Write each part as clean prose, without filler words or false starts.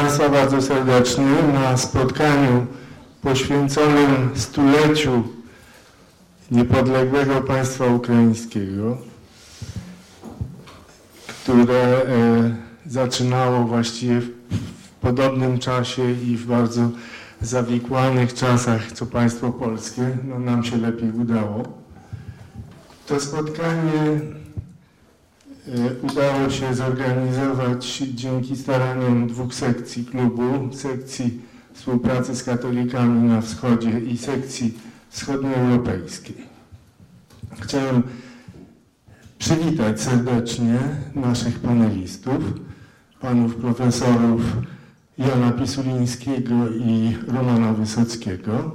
Państwa bardzo serdecznie na spotkaniu poświęconym stuleciu niepodległego państwa ukraińskiego, które zaczynało właściwie w podobnym czasie i w bardzo zawikłanych czasach, co państwo polskie. No, nam się lepiej udało. To spotkanie udało się zorganizować dzięki staraniom dwóch sekcji klubu, sekcji współpracy z katolikami na wschodzie i sekcji wschodnioeuropejskiej. Chciałem przywitać serdecznie naszych panelistów, panów profesorów Jana Pisulińskiego i Romana Wysockiego.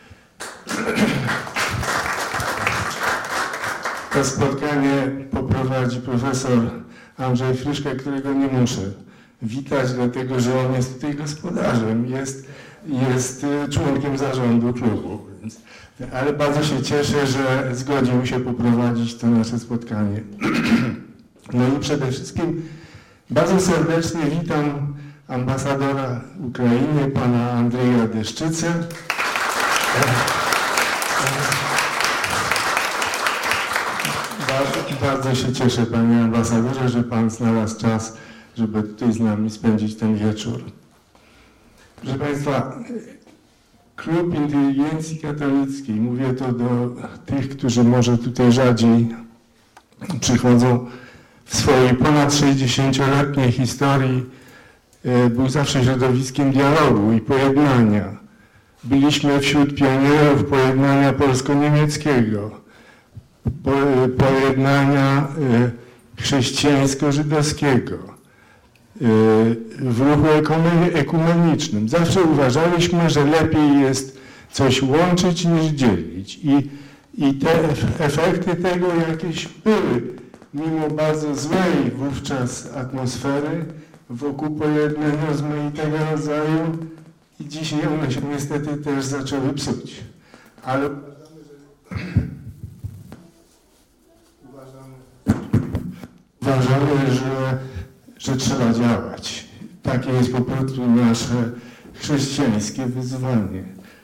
To spotkanie poprowadzi profesor Andrzej Fryszka, którego nie muszę witać, dlatego że on jest tutaj gospodarzem, jest członkiem zarządu klubu. Więc, ale bardzo się cieszę, że zgodził się poprowadzić to nasze spotkanie. No i przede wszystkim bardzo serdecznie witam ambasadora Ukrainy, pana Andrzeja Deszczycę. Bardzo się cieszę, panie ambasadorze, że pan znalazł czas, żeby tutaj z nami spędzić ten wieczór. Proszę państwa, Klub Inteligencji Katolickiej, mówię to do tych, którzy może tutaj rzadziej przychodzą, w swojej ponad 60-letniej historii był zawsze środowiskiem dialogu i pojednania. Byliśmy wśród pionierów pojednania polsko-niemieckiego, pojednania chrześcijańsko-żydowskiego, w ruchu ekumenicznym. Zawsze uważaliśmy, że lepiej jest coś łączyć niż dzielić. I te efekty tego jakieś były, mimo bardzo złej wówczas atmosfery wokół pojednań rozmaitego rodzaju i dzisiaj one się niestety też zaczęły psuć. Ale uważamy, że trzeba działać. Takie jest po prostu nasze chrześcijańskie wyzwanie.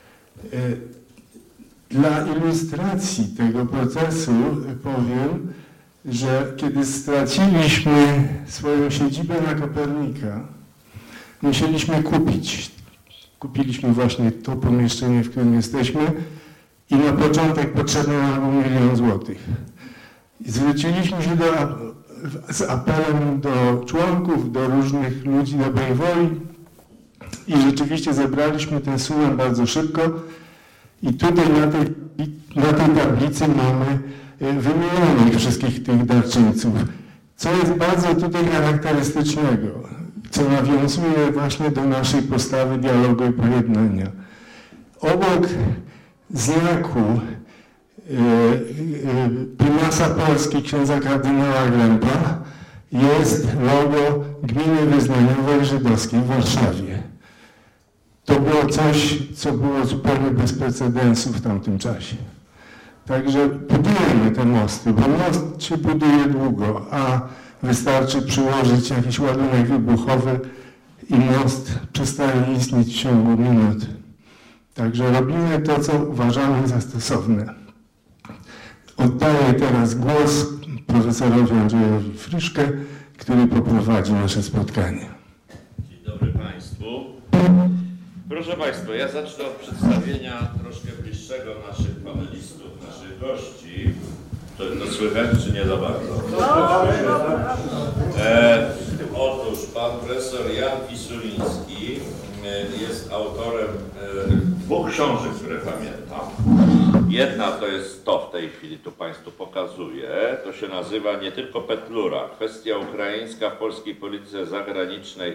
Dla ilustracji tego procesu powiem, że kiedy straciliśmy swoją siedzibę na Kopernika, musieliśmy kupić. Kupiliśmy właśnie to pomieszczenie, w którym jesteśmy i na początek potrzebne nam było 1 000 000 złotych. Zwróciliśmy się z apelem do członków, do różnych ludzi dobrej woli i rzeczywiście zebraliśmy tę sumę bardzo szybko i tutaj na tej tablicy mamy wymienionych wszystkich tych darczyńców, co jest bardzo tutaj charakterystycznego, co nawiązuje właśnie do naszej postawy dialogu i pojednania. Obok znaku prymasa Polski księdza kardynała Grępa jest logo Gminy Wyznaniowej Żydowskiej w Warszawie. To było coś, co było zupełnie bez precedensu w tamtym czasie. Także budujemy te mosty, bo most się buduje długo, a wystarczy przyłożyć jakiś ładunek wybuchowy i most przestaje istnieć w ciągu minut. Także robimy to, co uważamy za stosowne. Oddaję teraz głos profesorowi Andrzejowi Fryszkę, który poprowadzi nasze spotkanie. Dzień dobry Państwu. Proszę Państwa, ja zacznę od przedstawienia troszkę bliższego naszych panelistów, naszych gości. To słychać, czy nie za bardzo? Otóż pan profesor Jan Pisuliński jest autorem 2 książek, które pamiętam. Jedna to jest to, w tej chwili tu Państwu pokazuję, to się nazywa Nie tylko Petlura, kwestia ukraińska w polskiej polityce zagranicznej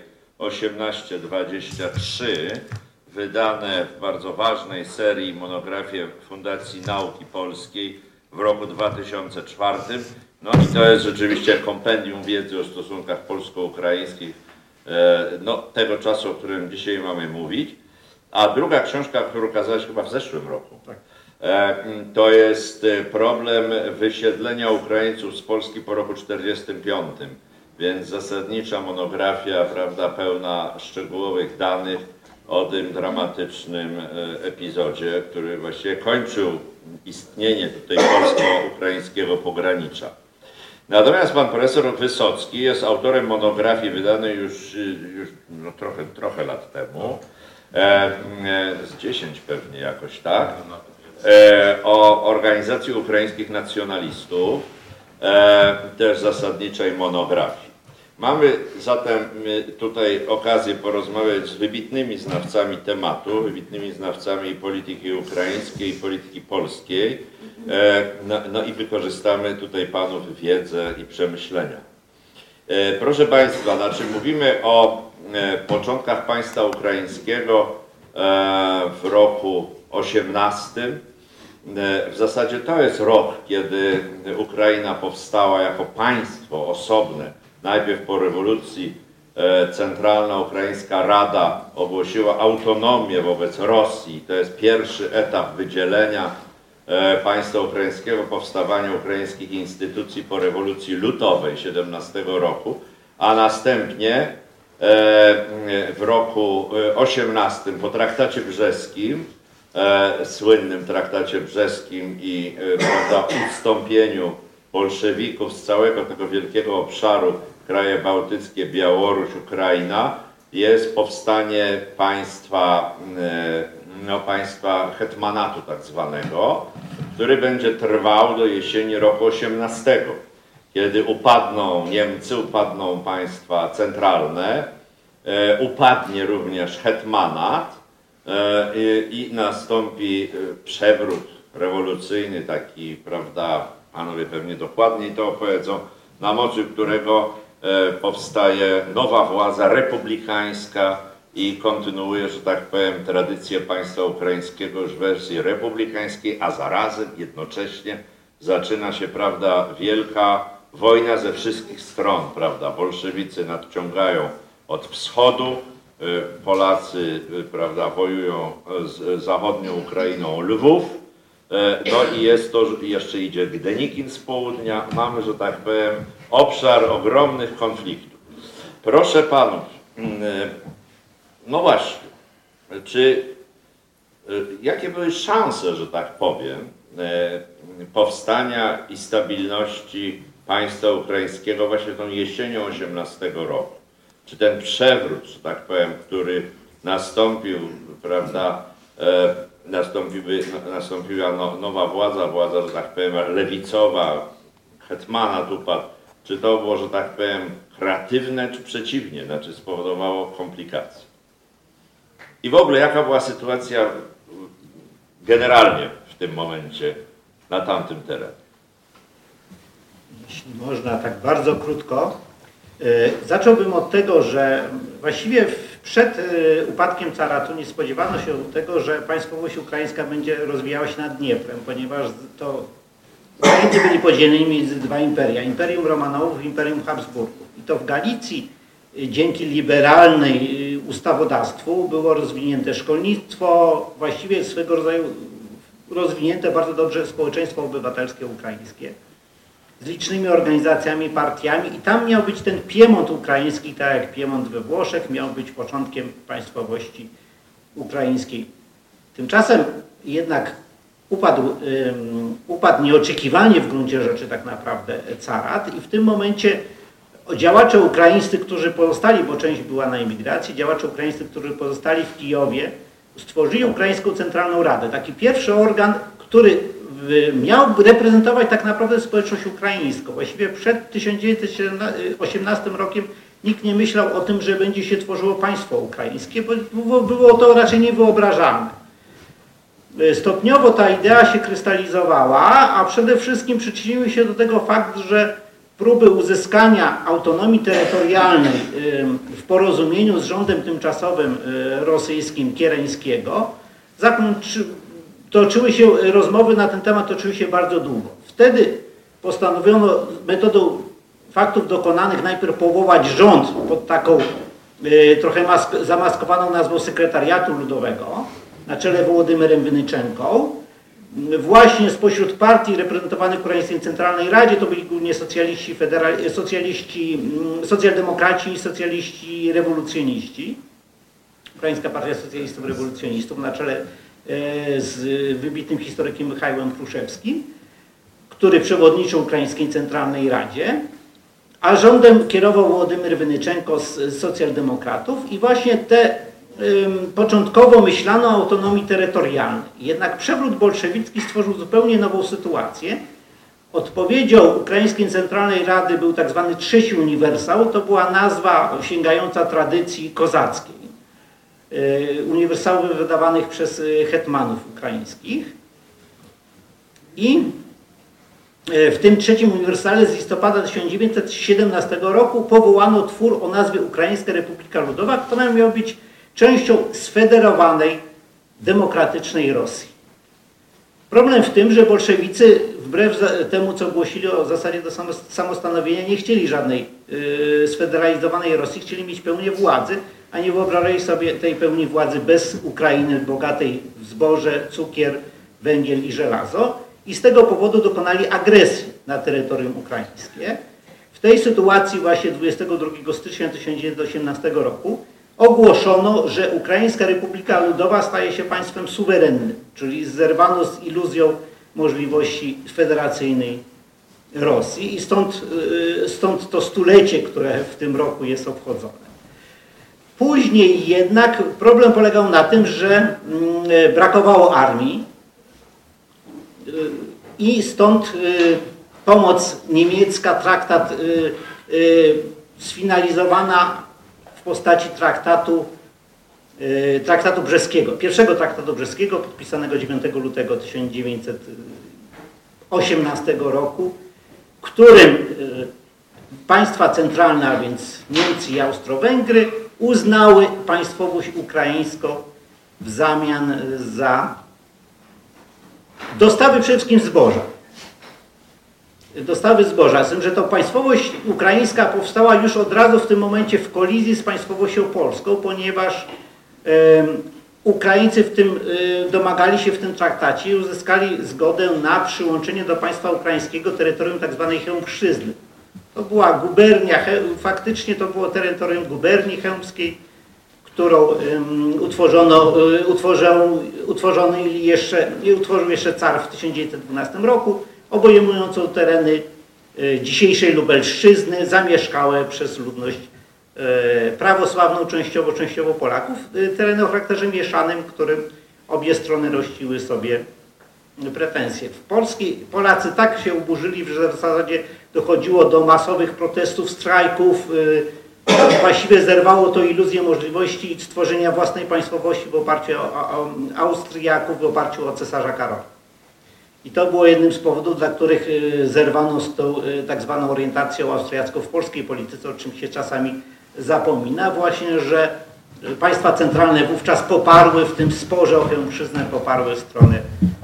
1823, wydane w bardzo ważnej serii monografii Fundacji Nauki Polskiej w roku 2004. No i to jest rzeczywiście kompendium wiedzy o stosunkach polsko-ukraińskich tego czasu, o którym dzisiaj mamy mówić. A druga książka, którą ukazała się chyba w zeszłym roku, to jest problem wysiedlenia Ukraińców z Polski po roku 1945. więc zasadnicza monografia, prawda, pełna szczegółowych danych o tym dramatycznym epizodzie, który właściwie kończył istnienie tutaj polsko-ukraińskiego pogranicza. Natomiast pan profesor Wysocki jest autorem monografii wydanej już no, trochę lat temu, z 10 pewnie jakoś tak, o organizacji ukraińskich nacjonalistów, też zasadniczej monografii. Mamy zatem tutaj okazję porozmawiać z wybitnymi znawcami tematu, wybitnymi znawcami polityki ukraińskiej i polityki polskiej, no i wykorzystamy tutaj panów wiedzę i przemyślenia. Proszę państwa, znaczy mówimy o początkach państwa ukraińskiego w roku 18. W zasadzie to jest rok, kiedy Ukraina powstała jako państwo osobne. Najpierw po rewolucji Centralna Ukraińska Rada ogłosiła autonomię wobec Rosji. To jest pierwszy etap wydzielenia państwa ukraińskiego, powstawania ukraińskich instytucji po rewolucji lutowej 17 roku, a następnie w roku 18 po traktacie brzeskim, słynnym traktacie brzeskim i prawda, ustąpieniu bolszewików z całego tego wielkiego obszaru, kraje bałtyckie, Białoruś, Ukraina, jest powstanie państwa, państwa hetmanatu tak zwanego, który będzie trwał do jesieni roku 18, kiedy upadną Niemcy, upadną państwa centralne, upadnie również hetmanat i nastąpi przewrót rewolucyjny, taki, prawda, panowie pewnie dokładniej to opowiedzą, na mocy którego powstaje nowa władza republikańska i kontynuuje, że tak powiem, tradycję państwa ukraińskiego już w wersji republikańskiej, a zarazem jednocześnie zaczyna się, prawda, wielka wojna ze wszystkich stron, prawda, bolszewicy nadciągają od wschodu, Polacy, prawda, wojują z zachodnią Ukrainą Lwów, no i jest to, jeszcze idzie Gdenikin z południa, mamy, że tak powiem, obszar ogromnych konfliktów. Proszę panów, no właśnie, jakie były szanse, że tak powiem, powstania i stabilności państwa ukraińskiego właśnie tą jesienią 18 roku? Czy ten przewrót, że tak powiem, który nastąpił, prawda, nastąpiła nowa władza, że tak powiem, lewicowa, hetmanat upadł, czy to było, że tak powiem, kreatywne, czy przeciwnie, znaczy spowodowało komplikacje? I w ogóle jaka była sytuacja generalnie w tym momencie na tamtym terenie? Jeśli można tak bardzo krótko, zacząłbym od tego, że właściwie przed upadkiem caratu nie spodziewano się tego, że państwowość ukraińska będzie rozwijała się nad Dnieprem, ponieważ to Ukraińcy byli podzieleni między dwa imperia, Imperium Romanowów i Imperium Habsburgów. I to w Galicji dzięki liberalnej ustawodawstwu było rozwinięte szkolnictwo, właściwie swego rodzaju rozwinięte bardzo dobrze społeczeństwo obywatelskie ukraińskie z licznymi organizacjami, partiami i tam miał być ten Piemont ukraiński, tak jak Piemont we Włoszech, miał być początkiem państwowości ukraińskiej. Tymczasem jednak upadł nieoczekiwanie w gruncie rzeczy tak naprawdę carat i w tym momencie działacze ukraińscy, którzy pozostali, bo część była na emigracji, działacze ukraińscy, którzy pozostali w Kijowie, stworzyli Ukraińską Centralną Radę. Taki pierwszy organ, który miał reprezentować tak naprawdę społeczność ukraińską. Właściwie przed 1918 rokiem nikt nie myślał o tym, że będzie się tworzyło państwo ukraińskie, bo było to raczej niewyobrażalne. Stopniowo ta idea się krystalizowała, a przede wszystkim przyczyniły się do tego fakt, że próby uzyskania autonomii terytorialnej w porozumieniu z rządem tymczasowym rosyjskim Kiereńskiego toczyły się rozmowy na ten temat, toczyły się bardzo długo. Wtedy postanowiono metodą faktów dokonanych najpierw powołać rząd pod taką trochę zamaskowaną nazwą Sekretariatu Ludowego na czele Wołodymyrem Wynyczenką. właśnie spośród partii reprezentowanych w Ukraińskiej Centralnej Radzie, to byli głównie socjaldemokraci i socjaliści rewolucjoniści. Ukraińska Partia Socjalistów Rewolucjonistów na czele z wybitnym historykiem Michałem Pruszewskim, który przewodniczył Ukraińskiej Centralnej Radzie, a rządem kierował Wołodymyr Wynyczenko z socjaldemokratów i właśnie początkowo myślano o autonomii terytorialnej. Jednak przewrót bolszewicki stworzył zupełnie nową sytuację. Odpowiedzią Ukraińskiej Centralnej Rady był tak zwany Trzeci Uniwersał. To była nazwa sięgająca tradycji kozackiej. Uniwersały wydawanych przez hetmanów ukraińskich. I w tym Trzecim Uniwersale z listopada 1917 roku powołano twór o nazwie Ukraińska Republika Ludowa, która miała być częścią sfederowanej, demokratycznej Rosji. Problem w tym, że bolszewicy, wbrew temu, co głosili o zasadzie do samostanowienia, nie chcieli żadnej sfederalizowanej Rosji, chcieli mieć pełnię władzy, a nie wyobrażali sobie tej pełni władzy bez Ukrainy, bogatej w zboże, cukier, węgiel i żelazo. I z tego powodu dokonali agresji na terytorium ukraińskie. W tej sytuacji właśnie 22 stycznia 1918 roku ogłoszono, że Ukraińska Republika Ludowa staje się państwem suwerennym, czyli zerwano z iluzją możliwości federacyjnej Rosji i stąd to stulecie, które w tym roku jest obchodzone. Później jednak problem polegał na tym, że brakowało armii i stąd pomoc niemiecka, traktat sfinalizowana w postaci traktatu brzeskiego, pierwszego traktatu brzeskiego podpisanego 9 lutego 1918 roku, którym państwa centralne, a więc Niemcy i Austro-Węgry, uznały państwowość ukraińską w zamian za dostawy przede wszystkim zboża. Dostawy zboża, z tym, że to państwowość ukraińska powstała już od razu w tym momencie w kolizji z państwowością polską, ponieważ Ukraińcy domagali się w tym traktacie i uzyskali zgodę na przyłączenie do państwa ukraińskiego terytorium tzw. Chełmszczyzny. To była gubernia, faktycznie to było terytorium guberni chełmskiej, którą utworzył jeszcze car w 1912 roku, obejmującą tereny dzisiejszej Lubelszczyzny, zamieszkałe przez ludność prawosławną, częściowo Polaków, tereny o charakterze mieszanym, którym obie strony rościły sobie pretensje. Polacy tak się uburzyli, że w zasadzie dochodziło do masowych protestów, strajków. Właściwie zerwało to iluzję możliwości stworzenia własnej państwowości w oparciu o Austriaków, w oparciu o cesarza Karola. I to było jednym z powodów, dla których zerwano z tą tak zwaną orientacją austriacką w polskiej polityce, o czym się czasami zapomina, właśnie, że państwa centralne wówczas poparły w tym sporze o Chełmszczyznę, poparły stronę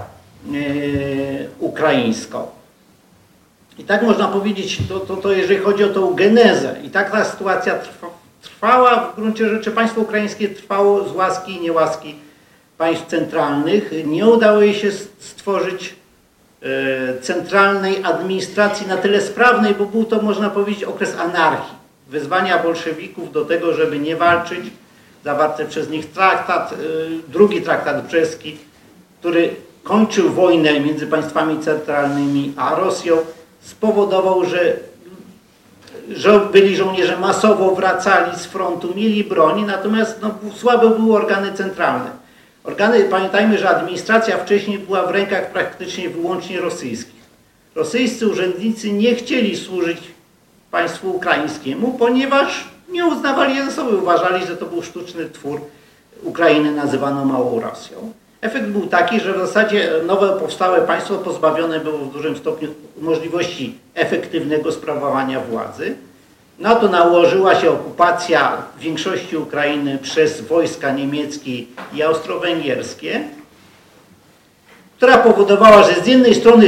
ukraińską. I tak można powiedzieć, to jeżeli chodzi o tą genezę. I tak ta sytuacja trwała, w gruncie rzeczy państwo ukraińskie trwało z łaski i niełaski państw centralnych. Nie udało jej się stworzyć centralnej administracji na tyle sprawnej, bo był to, można powiedzieć, okres anarchii. Wezwania bolszewików do tego, żeby nie walczyć. Zawarty przez nich drugi traktat brzeski, który kończył wojnę między państwami centralnymi a Rosją, spowodował, że byli żołnierze masowo wracali z frontu, mieli broń, natomiast słabe były organy centralne. Pamiętajmy, że administracja wcześniej była w rękach praktycznie wyłącznie rosyjskich. Rosyjscy urzędnicy nie chcieli służyć państwu ukraińskiemu, ponieważ nie uznawali je za sobą, uważali, że to był sztuczny twór. Ukrainy nazywano Małą Rosją. Efekt był taki, że w zasadzie nowe powstałe państwo pozbawione było w dużym stopniu możliwości efektywnego sprawowania władzy. Na to nałożyła się okupacja większości Ukrainy przez wojska niemieckie i austro-węgierskie, która powodowała, że z jednej strony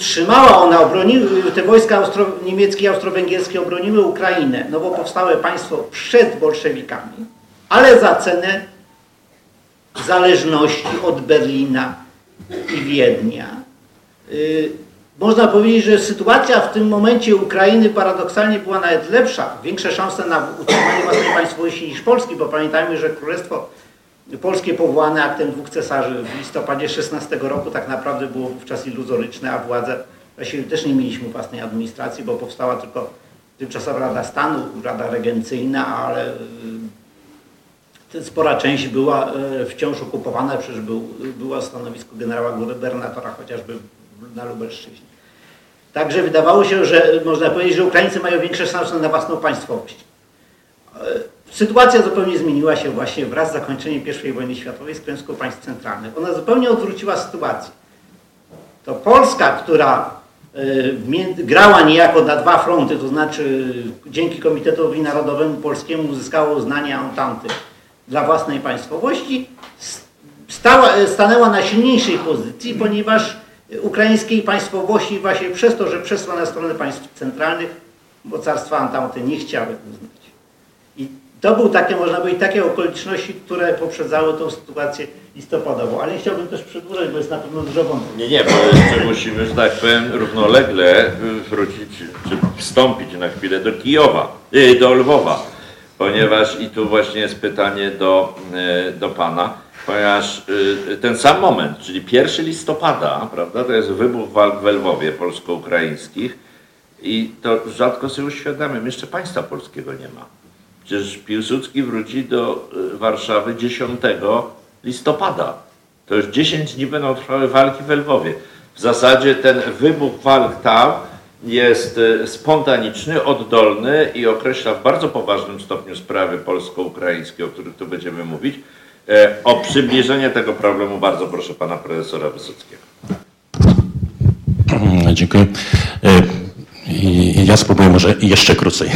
te wojska niemieckie i austro-węgierskie obroniły Ukrainę, nowo powstałe państwo, przed bolszewikami, ale za cenę zależności od Berlina i Wiednia. Można powiedzieć, że sytuacja w tym momencie Ukrainy paradoksalnie była nawet lepsza. Większe szanse na utrzymanie własnej państwowości niż Polski, bo pamiętajmy, że Królestwo Polskie powołane aktem 2 cesarzy w listopadzie 16 roku tak naprawdę było wówczas iluzoryczne, a władze, właściwie też nie mieliśmy własnej administracji, bo powstała tylko tymczasowa Rada Stanu, Rada Regencyjna, ale spora część była wciąż okupowana, przecież było stanowisko generała gubernatora chociażby na Lubelszczyźnie. Także wydawało się, że można powiedzieć, że Ukraińcy mają większe szanse na własną państwowość. Sytuacja zupełnie zmieniła się właśnie wraz z zakończeniem I wojny światowej z klęską państw centralnych. Ona zupełnie odwróciła sytuację. To Polska, która grała niejako na 2 fronty, to znaczy dzięki Komitetowi Narodowemu Polskiemu uzyskała uznanie Ententy dla własnej państwowości, stanęła na silniejszej pozycji, ponieważ ukraińskiej państwowości właśnie przez to, że przeszła na stronę państw centralnych, mocarstwa Ententy nie chciały uznać. I to były takie, można powiedzieć, takie okoliczności, które poprzedzały tą sytuację listopadową. Ale nie chciałbym też przedłużać, bo jest na pewno dużo wątków. Nie, bo jeszcze musimy, że tak powiem, równolegle wrócić, czy wstąpić na chwilę do Kijowa, do Lwowa, ponieważ i tu właśnie jest pytanie do Pana, ponieważ ten sam moment, czyli 1 listopada, prawda, to jest wybuch walk w Lwowie polsko-ukraińskich i to rzadko sobie uświadamiam, jeszcze państwa polskiego nie ma. Przecież Piłsudski wróci do Warszawy 10 listopada. To już 10 dni będą trwały walki w Lwowie. W zasadzie ten wybuch walk tam jest spontaniczny, oddolny i określa w bardzo poważnym stopniu sprawy polsko-ukraińskie, o których tu będziemy mówić. O przybliżenie tego problemu bardzo proszę pana profesora Wysockiego. Dziękuję. I ja spróbuję może jeszcze krócej,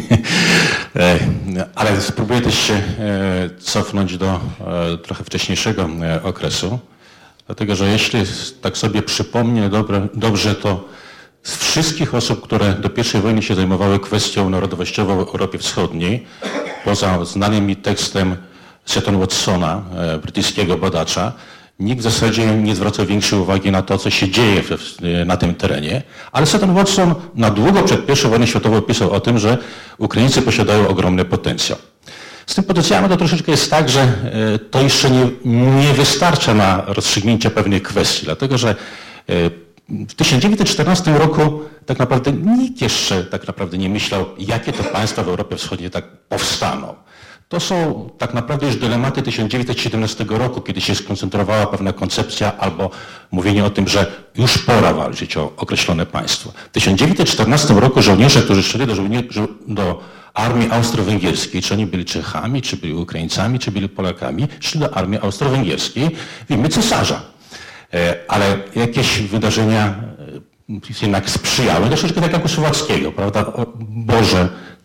ale spróbuję też się cofnąć do trochę wcześniejszego okresu, dlatego że jeśli tak sobie przypomnę dobrze, to z wszystkich osób, które do I wojny się zajmowały kwestią narodowościową w Europie Wschodniej, poza znanym mi tekstem Seton Watsona, brytyjskiego badacza, nikt w zasadzie nie zwracał większej uwagi na to, co się dzieje na tym terenie, ale Seton Watson na długo przed I wojną światową pisał o tym, że Ukraińcy posiadają ogromny potencjał. Z tym potencjałem to troszeczkę jest tak, że to jeszcze nie wystarcza na rozstrzygnięcie pewnych kwestii, dlatego że w 1914 roku tak naprawdę nikt jeszcze tak naprawdę nie myślał, jakie to państwa w Europie Wschodniej tak powstaną. To są tak naprawdę już dylematy 1917 roku, kiedy się skoncentrowała pewna koncepcja albo mówienie o tym, że już pora walczyć o określone państwo. W 1914 roku żołnierze, którzy szli do armii austro-węgierskiej, czy oni byli Czechami, czy byli Ukraińcami, czy byli Polakami, szli do armii austro-węgierskiej w imię cesarza. Ale jakieś wydarzenia jednak sprzyjały, troszeczkę tak jak u Słowackiego, prawda? O Boże,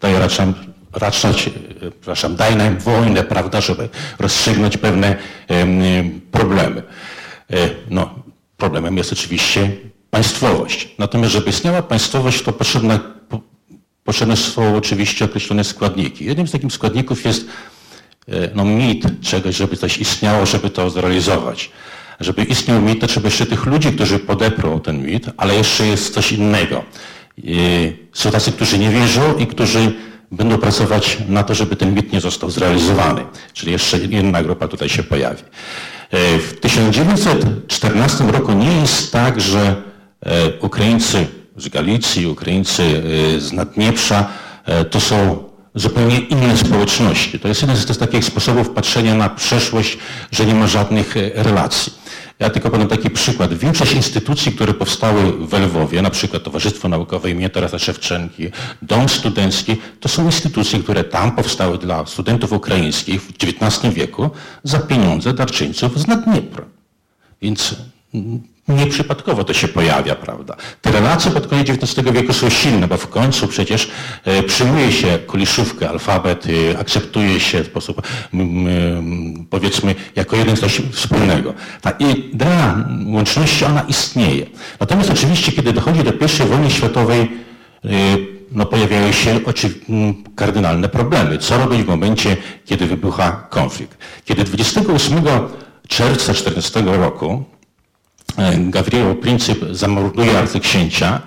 daj nam wojnę, prawda, żeby rozstrzygnąć pewne problemy. No, problemem jest oczywiście państwowość. Natomiast, żeby istniała państwowość, to potrzebne są oczywiście określone składniki. Jednym z takich składników jest mit czegoś, żeby coś istniało, żeby to zrealizować. Żeby istniał mit, to trzeba jeszcze tych ludzi, którzy podeprą ten mit, ale jeszcze jest coś innego. Są tacy, którzy nie wierzą i którzy będą pracować na to, żeby ten mit nie został zrealizowany. Czyli jeszcze jedna grupa tutaj się pojawi. W 1914 roku nie jest tak, że Ukraińcy z Galicji, Ukraińcy z Naddnieprza to są zupełnie inne społeczności. To jest jeden z takich sposobów patrzenia na przeszłość, że nie ma żadnych relacji. Ja tylko podam taki przykład. Większość instytucji, które powstały w Lwowie, na przykład Towarzystwo Naukowe im. Tarasa Szewczenki, Dom Studencki, to są instytucje, które tam powstały dla studentów ukraińskich w XIX wieku za pieniądze darczyńców z Naddniepru. Więc nieprzypadkowo to się pojawia, prawda? Te relacje pod koniec XIX wieku są silne, bo w końcu przecież przyjmuje się kuliszówkę, alfabet, akceptuje się w sposób, powiedzmy, jako jeden coś wspólnego. Ta idea łączności, ona istnieje. Natomiast oczywiście, kiedy dochodzi do I wojny światowej, pojawiają się kardynalne problemy. Co robić w momencie, kiedy wybucha konflikt? Kiedy 28 czerwca 1914 roku Gawriło Princip zamorduje arcyksięcia,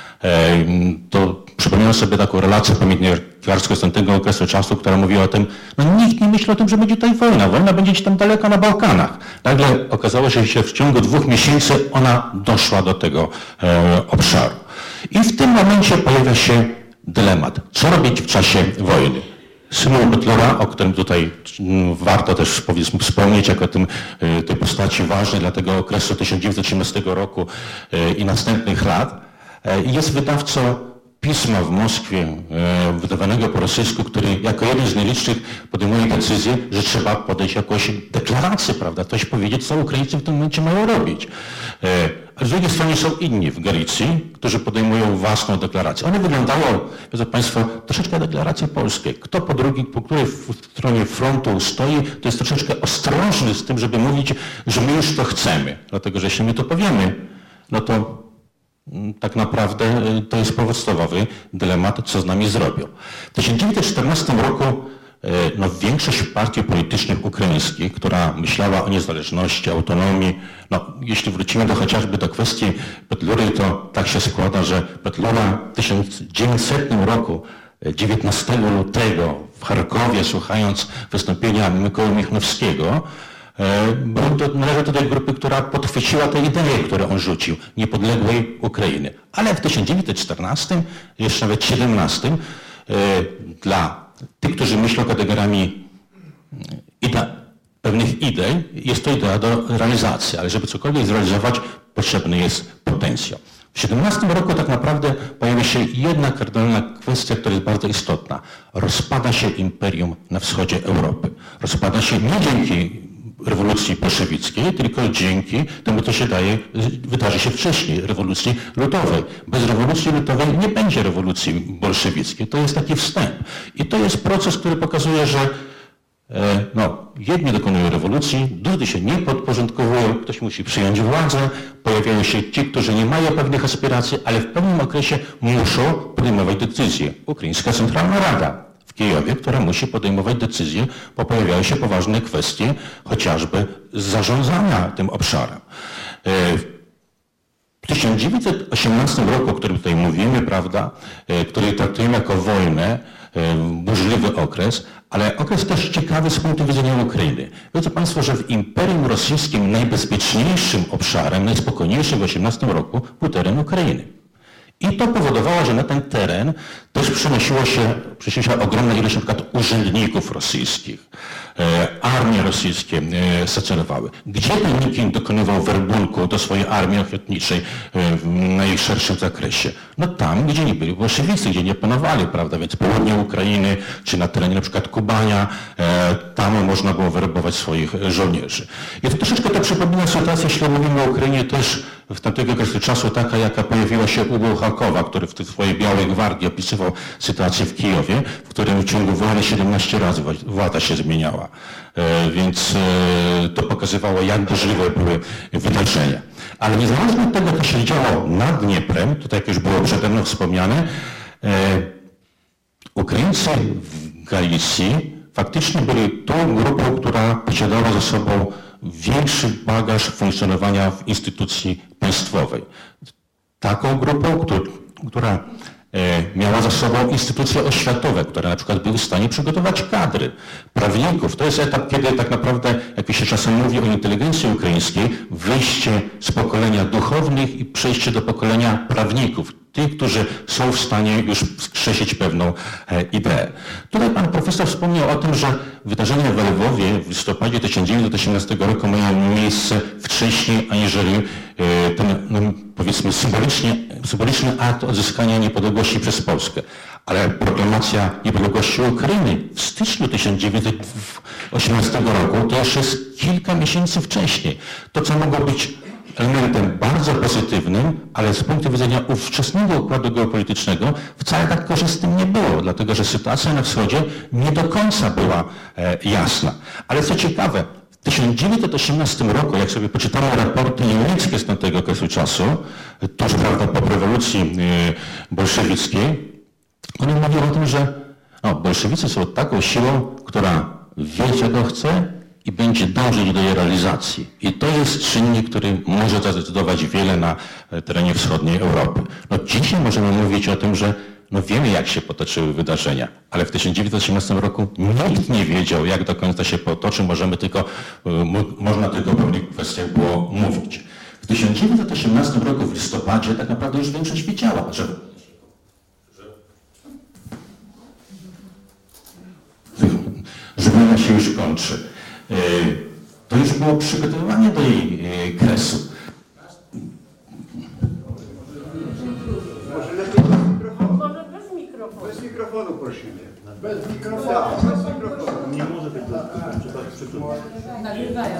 to przypominam sobie taką relację pamiętnikarską z tamtego okresu czasu, która mówiła o tym, no nikt nie myśli o tym, że będzie tutaj wojna. Wojna będzie gdzieś tam daleko na Bałkanach. Nagle okazało się, że w ciągu 2 miesięcy ona doszła do tego obszaru. I w tym momencie pojawia się dylemat. Co robić w czasie wojny? Szymon Butlera, o którym tutaj warto też powiedzmy wspomnieć jako tej postaci ważnej dla tego okresu 1918 roku i następnych lat, jest wydawcą pisma w Moskwie, wydawanego po rosyjsku, który jako jeden z nielicznych podejmuje decyzję, że trzeba podejść jakąś deklarację, prawda, coś powiedzieć, co Ukraińcy w tym momencie mają robić. A z drugiej strony są inni w Galicji, którzy podejmują własną deklarację. One wyglądają, wiedzą Państwo, troszeczkę deklaracje polskie. Kto po której stronie frontu stoi, to jest troszeczkę ostrożny z tym, żeby mówić, że my już to chcemy. Dlatego, że jeśli my to powiemy, no to tak naprawdę to jest podstawowy dylemat, co z nami zrobią. W 1914 roku większość partii politycznych ukraińskich, która myślała o niezależności, autonomii, jeśli wrócimy chociażby do kwestii Petlury, to tak się składa, że Petlura w 1900 roku, 19 lutego w Charkowie, słuchając wystąpienia Mikołaja Michnowskiego, należy do tej grupy, która podchwyciła te idee, które on rzucił, niepodległej Ukrainy. Ale w 1914, jeszcze nawet 17, dla tych, którzy myślą kategoriami pewnych idei, jest to idea do realizacji, ale żeby cokolwiek zrealizować, potrzebny jest potencjał. W 17 roku tak naprawdę pojawia się jedna kardynalna kwestia, która jest bardzo istotna. Rozpada się imperium na wschodzie Europy. Rozpada się nie dzięki rewolucji bolszewickiej, tylko dzięki temu, co się wydarzy się wcześniej, rewolucji ludowej. Bez rewolucji ludowej nie będzie rewolucji bolszewickiej. To jest taki wstęp. I to jest proces, który pokazuje, że jedni dokonują rewolucji, drudzy się nie podporządkowują, ktoś musi przyjąć władzę, pojawiają się ci, którzy nie mają pewnych aspiracji, ale w pewnym okresie muszą podejmować decyzje. Ukraińska Centralna Rada w Kijowie, która musi podejmować decyzje, bo pojawiają się poważne kwestie, chociażby zarządzania tym obszarem. W 1918 roku, o którym tutaj mówimy, prawda, który traktujemy jako wojnę, burzliwy okres, ale okres też ciekawy z punktu widzenia Ukrainy. Wiedzą Państwo, że w Imperium Rosyjskim najbezpieczniejszym obszarem, najspokojniejszym w 1918 roku był teren Ukrainy. I to powodowało, że na ten teren też przenosiła się ogromna ilość na przykład urzędników rosyjskich. Armie rosyjskie stacjonowały. Gdzie ten Nikin dokonywał werbunku do swojej armii ochotniczej w najszerszym zakresie? No tam, gdzie nie byli bolszewicy, gdzie nie panowali, prawda, więc południe Ukrainy, czy na terenie na przykład Kubania, tam można było werbować swoich żołnierzy. I to troszeczkę to przypomina sytuację, jeśli mówimy o Ukrainie też w tamtego okresu czasu, taka jaka pojawiła się u Bułhakowa, który w swojej Białej Gwardii opisywał sytuację w Kijowie, w którym w ciągu wojny 17 razy władza się zmieniała. Więc to pokazywało, jak burzliwe były wydarzenia. Ale niezależnie od tego, co się działo nad Dnieprem, tutaj jak już było przede mną wspomniane, Ukraińcy w Galicji faktycznie byli tą grupą, która posiadała ze sobą większy bagaż funkcjonowania w instytucji państwowej. Taką grupą, która miała za sobą instytucje oświatowe, które na przykład były w stanie przygotować kadry, prawników. To jest etap, kiedy tak naprawdę, jak się czasem mówi o inteligencji ukraińskiej, wyjście z pokolenia duchownych i przejście do pokolenia prawników. Tych, którzy są w stanie już wskrzesić pewną ideę. Tutaj pan profesor wspomniał o tym, że wydarzenia w Lwowie w listopadzie 1918 roku mają miejsce wcześniej, aniżeli ten, powiedzmy, symboliczny akt odzyskania niepodległości przez Polskę. Ale proklamacja niepodległości Ukrainy w styczniu 1918 roku to już jest kilka miesięcy wcześniej. To, co mogło być elementem bardzo pozytywnym, ale z punktu widzenia ówczesnego układu geopolitycznego wcale tak korzystnym nie było, dlatego że sytuacja na wschodzie nie do końca była jasna. Ale co ciekawe, w 1918 roku, jak sobie poczytamy raporty niemieckie z tamtego okresu czasu, tuż prawda po rewolucji bolszewickiej, one mówią o tym, że bolszewicy są taką siłą, która wie, czego chce i będzie dążyć do jej realizacji. I to jest czynnik, który może zadecydować wiele na terenie wschodniej Europy. No dzisiaj możemy mówić o tym, że wiemy, jak się potoczyły wydarzenia, ale w 1918 roku nikt nie wiedział, jak do końca się potoczy, można tylko o pewnych kwestiach było mówić. W 1918 roku w listopadzie tak naprawdę już większość wiedziała, że wojna się już kończy. To już było przygotowywanie do jej kresu. Może bez mikrofonu. Bez mikrofonu prosimy. Bez mikrofonu. Tak, bez mikrofonu. Nie może być przytomny. Nagrywają.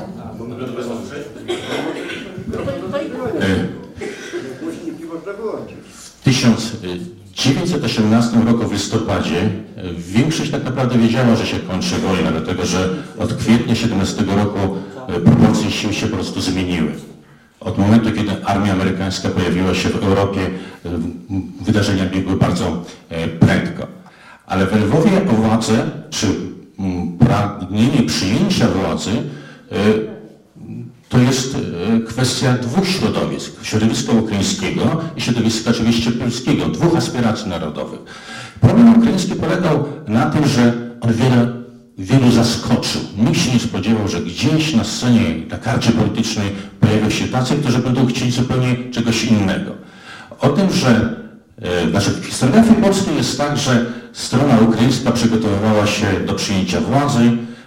Głośniki można wyłączyć. W 1918 roku w listopadzie większość tak naprawdę wiedziała, że się kończy wojna, dlatego że od kwietnia 17 roku proporcje sił się po prostu zmieniły. Od momentu, kiedy armia amerykańska pojawiła się w Europie, wydarzenia biegły bardzo prędko. Ale w Lwowie o władzę, czy pragnienie przyjęcia władzy, to jest kwestia dwóch środowisk. Środowiska ukraińskiego i środowiska oczywiście polskiego, dwóch aspiracji narodowych. Problem ukraiński polegał na tym, że on wielu zaskoczył. Nikt się nie spodziewał, że gdzieś na scenie, na karcie politycznej pojawią się tacy, którzy będą chcieli zupełnie czegoś innego. O tym, że w historiografii polskiej jest tak, że strona ukraińska przygotowywała się do przyjęcia władzy,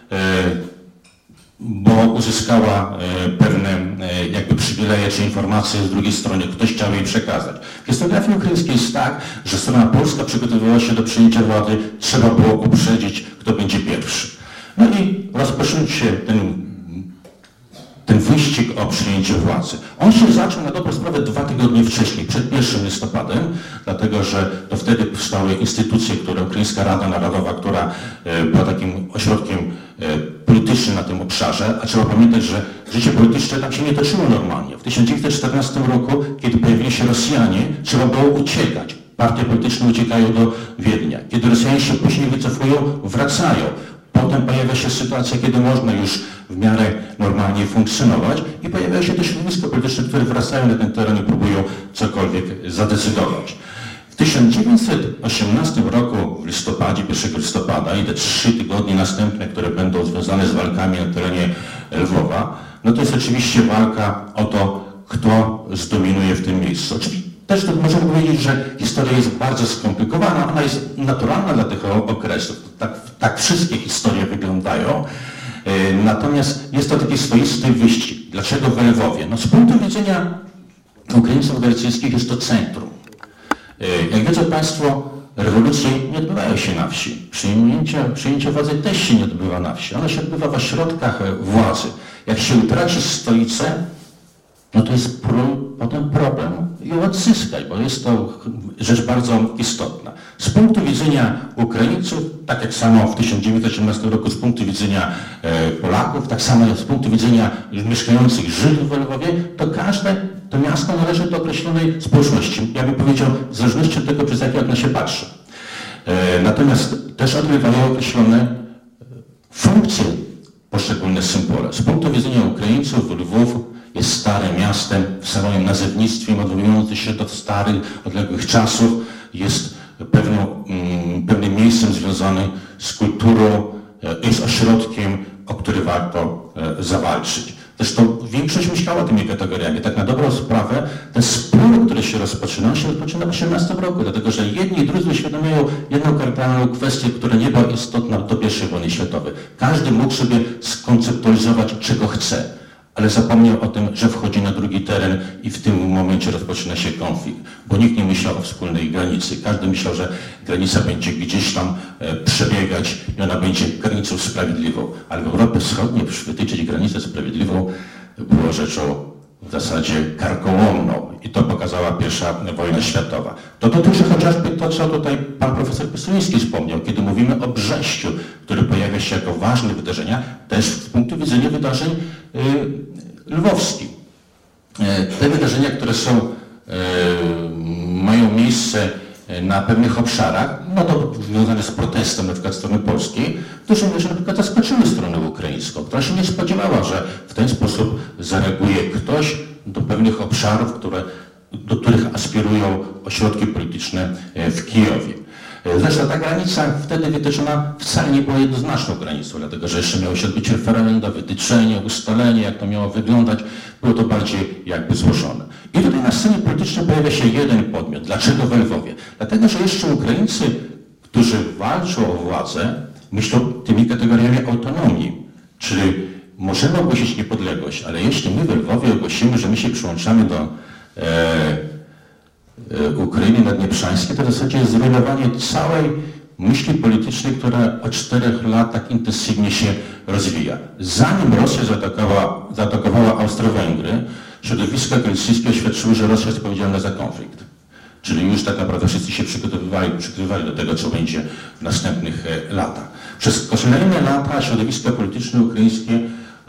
bo uzyskała pewne jakby przywileje czy informacje z drugiej strony, ktoś chciał jej przekazać. W historiografii ukraińskiej jest tak, że strona polska przygotowywała się do przyjęcia władzy, trzeba było uprzedzić, kto będzie pierwszy. No i rozpoczął się ten wyścig o przyjęcie władzy. On się zaczął na dobrą sprawę 2 tygodnie wcześniej, przed 1 listopadem, dlatego że to wtedy powstały instytucje, Ukraińska Rada Narodowa, która była takim ośrodkiem politycznym na tym obszarze, a trzeba pamiętać, że życie polityczne tam się nie toczyło normalnie. W 1914 roku, kiedy pojawili się Rosjanie, trzeba było uciekać. Partie polityczne uciekają do Wiednia. Kiedy Rosjanie się później wycofują, wracają. Potem pojawia się sytuacja, kiedy można już w miarę normalnie funkcjonować i pojawiają się też środowiska polityczne, które wracają na ten teren i próbują cokolwiek zadecydować. W 1918 roku w listopadzie, 1 listopada i te 3 tygodnie następne, które będą związane z walkami na terenie Lwowa, no to jest oczywiście walka o to, kto zdominuje w tym miejscu. Oczywiście też to możemy powiedzieć, że historia jest bardzo skomplikowana, ona jest naturalna dla tych okresów. Tak wszystkie historie wyglądają. Natomiast jest to taki swoisty wyścig. Dlaczego w Lwowie? No z punktu widzenia Ukraińców galicyjskich jest to centrum. Jak wiedzą Państwo, rewolucje nie odbywają się na wsi. Przyjęcie władzy też się nie odbywa na wsi. Ono się odbywa w ośrodkach władzy. Jak się utraci stolicę, no to jest potem problem ją odzyskać, bo jest to rzecz bardzo istotna. Z punktu widzenia Ukraińców, tak jak samo w 1918 roku z punktu widzenia Polaków, tak samo z punktu widzenia mieszkających Żydów w Lwowie, to każde to miasto należy do określonej społeczności. Ja bym powiedział, w zależności od tego, przez jakie okno się patrzy. Natomiast też odgrywają określone funkcje poszczególne symbole. Z punktu widzenia Ukraińców Lwów jest starym miastem, w samym nazewnictwie odwołujący się do starych, odległych czasów, jest pewnym miejscem związanym z kulturą, jest ośrodkiem, o który warto zawalczyć. Zresztą większość myślała tymi kategoriami. Tak na dobrą sprawę, te spory, które się rozpoczyna w 18 roku, dlatego że jedni i drudzy uświadamiają jedną kardynalną kwestię, która nie była istotna do I wojny światowej. Każdy mógł sobie skonceptualizować, czego chce, ale zapomniał o tym, że wchodzi na drugi teren i w tym momencie rozpoczyna się konflikt, bo nikt nie myślał o wspólnej granicy. Każdy myślał, że granica będzie gdzieś tam przebiegać i ona będzie granicą sprawiedliwą. Ale w Europie Wschodniej wytyczyć granicę sprawiedliwą było rzeczą w zasadzie karkołomną i to pokazała I wojna światowa. To dotyczy chociażby to, co tutaj pan profesor Piasuliński wspomniał, kiedy mówimy o Brześciu, który pojawia się jako ważne wydarzenia, też z punktu widzenia wydarzeń lwowskich. Te wydarzenia, które mają miejsce na pewnych obszarach, no to związane z protestem na przykład strony polskiej, w dużej mierze na przykład zaskoczyły stronę ukraińską, która się nie spodziewała, że w ten sposób zareaguje ktoś do pewnych obszarów, do których aspirują ośrodki polityczne w Kijowie. Zresztą ta granica wtedy wytyczona wcale nie była jednoznaczną granicą, dlatego że jeszcze miało się odbyć referendum, wytyczenie, ustalenie, jak to miało wyglądać. Było to bardziej jakby złożone. I tutaj na scenie politycznej pojawia się jeden podmiot. Dlaczego w Lwowie? Dlatego, że jeszcze Ukraińcy, którzy walczą o władzę, myślą tymi kategoriami autonomii. Czyli możemy ogłosić niepodległość, ale jeśli my w Lwowie ogłosimy, że my się przyłączamy do Ukrainy Naddnieprzańskiej, to w zasadzie jest zrujnowanie całej myśli politycznej, która od 4 lat tak intensywnie się rozwija. Zanim Rosja zaatakowała Austro-Węgry, środowiska galicyjskie oświadczyły, że Rosja jest odpowiedzialna za konflikt. Czyli już tak naprawdę wszyscy się przygotowywali do tego, co będzie w następnych latach. Przez kolejne lata środowiska polityczne ukraińskie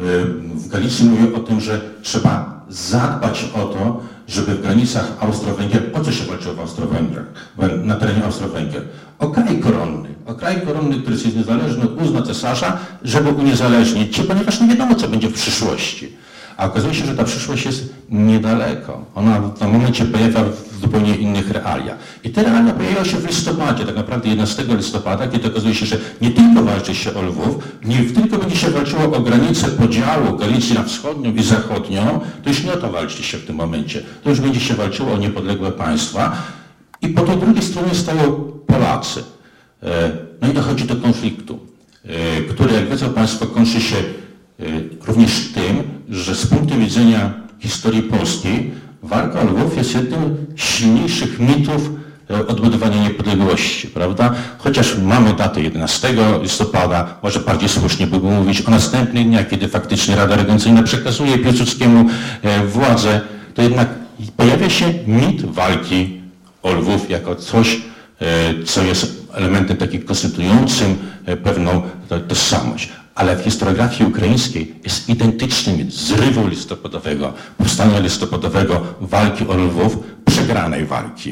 w Galicji mówią o tym, że trzeba zadbać o to, żeby w granicach Austro-Węgier, o co się walczyło w Austro-Węgrach, na terenie Austro-Węgier? O kraj koronny, który jest niezależny, uzna cesarza, żeby uniezależnić się, ponieważ nie wiadomo, co będzie w przyszłości. A okazuje się, że ta przyszłość jest niedaleko. Ona w tym momencie pojawia w zupełnie innych realiach. I te realia pojawiają się w listopadzie, tak naprawdę 11 listopada, kiedy okazuje się, że nie tylko walczy się o Lwów, nie tylko będzie się walczyło o granicę podziału Galicji na wschodnią i zachodnią, to już nie o to walczy się w tym momencie. To już będzie się walczyło o niepodległe państwa. I po tej drugiej stronie stoją Polacy. No i dochodzi do konfliktu, który, jak wiedzą Państwo, kończy się również tym, że z punktu widzenia historii polskiej walka o Lwów jest jednym z silniejszych mitów odbudowania niepodległości, prawda? Chociaż mamy datę 11 listopada, może bardziej słusznie by było mówić o następnych dniach, kiedy faktycznie Rada Regencyjna przekazuje Piłsudskiemu władzę, to jednak pojawia się mit walki o Lwów jako coś, co jest elementem takim konstytuującym pewną tożsamość. Ale w historiografii ukraińskiej jest identyczny mit zrywu listopadowego, powstania listopadowego, walki o Lwów, przegranej walki.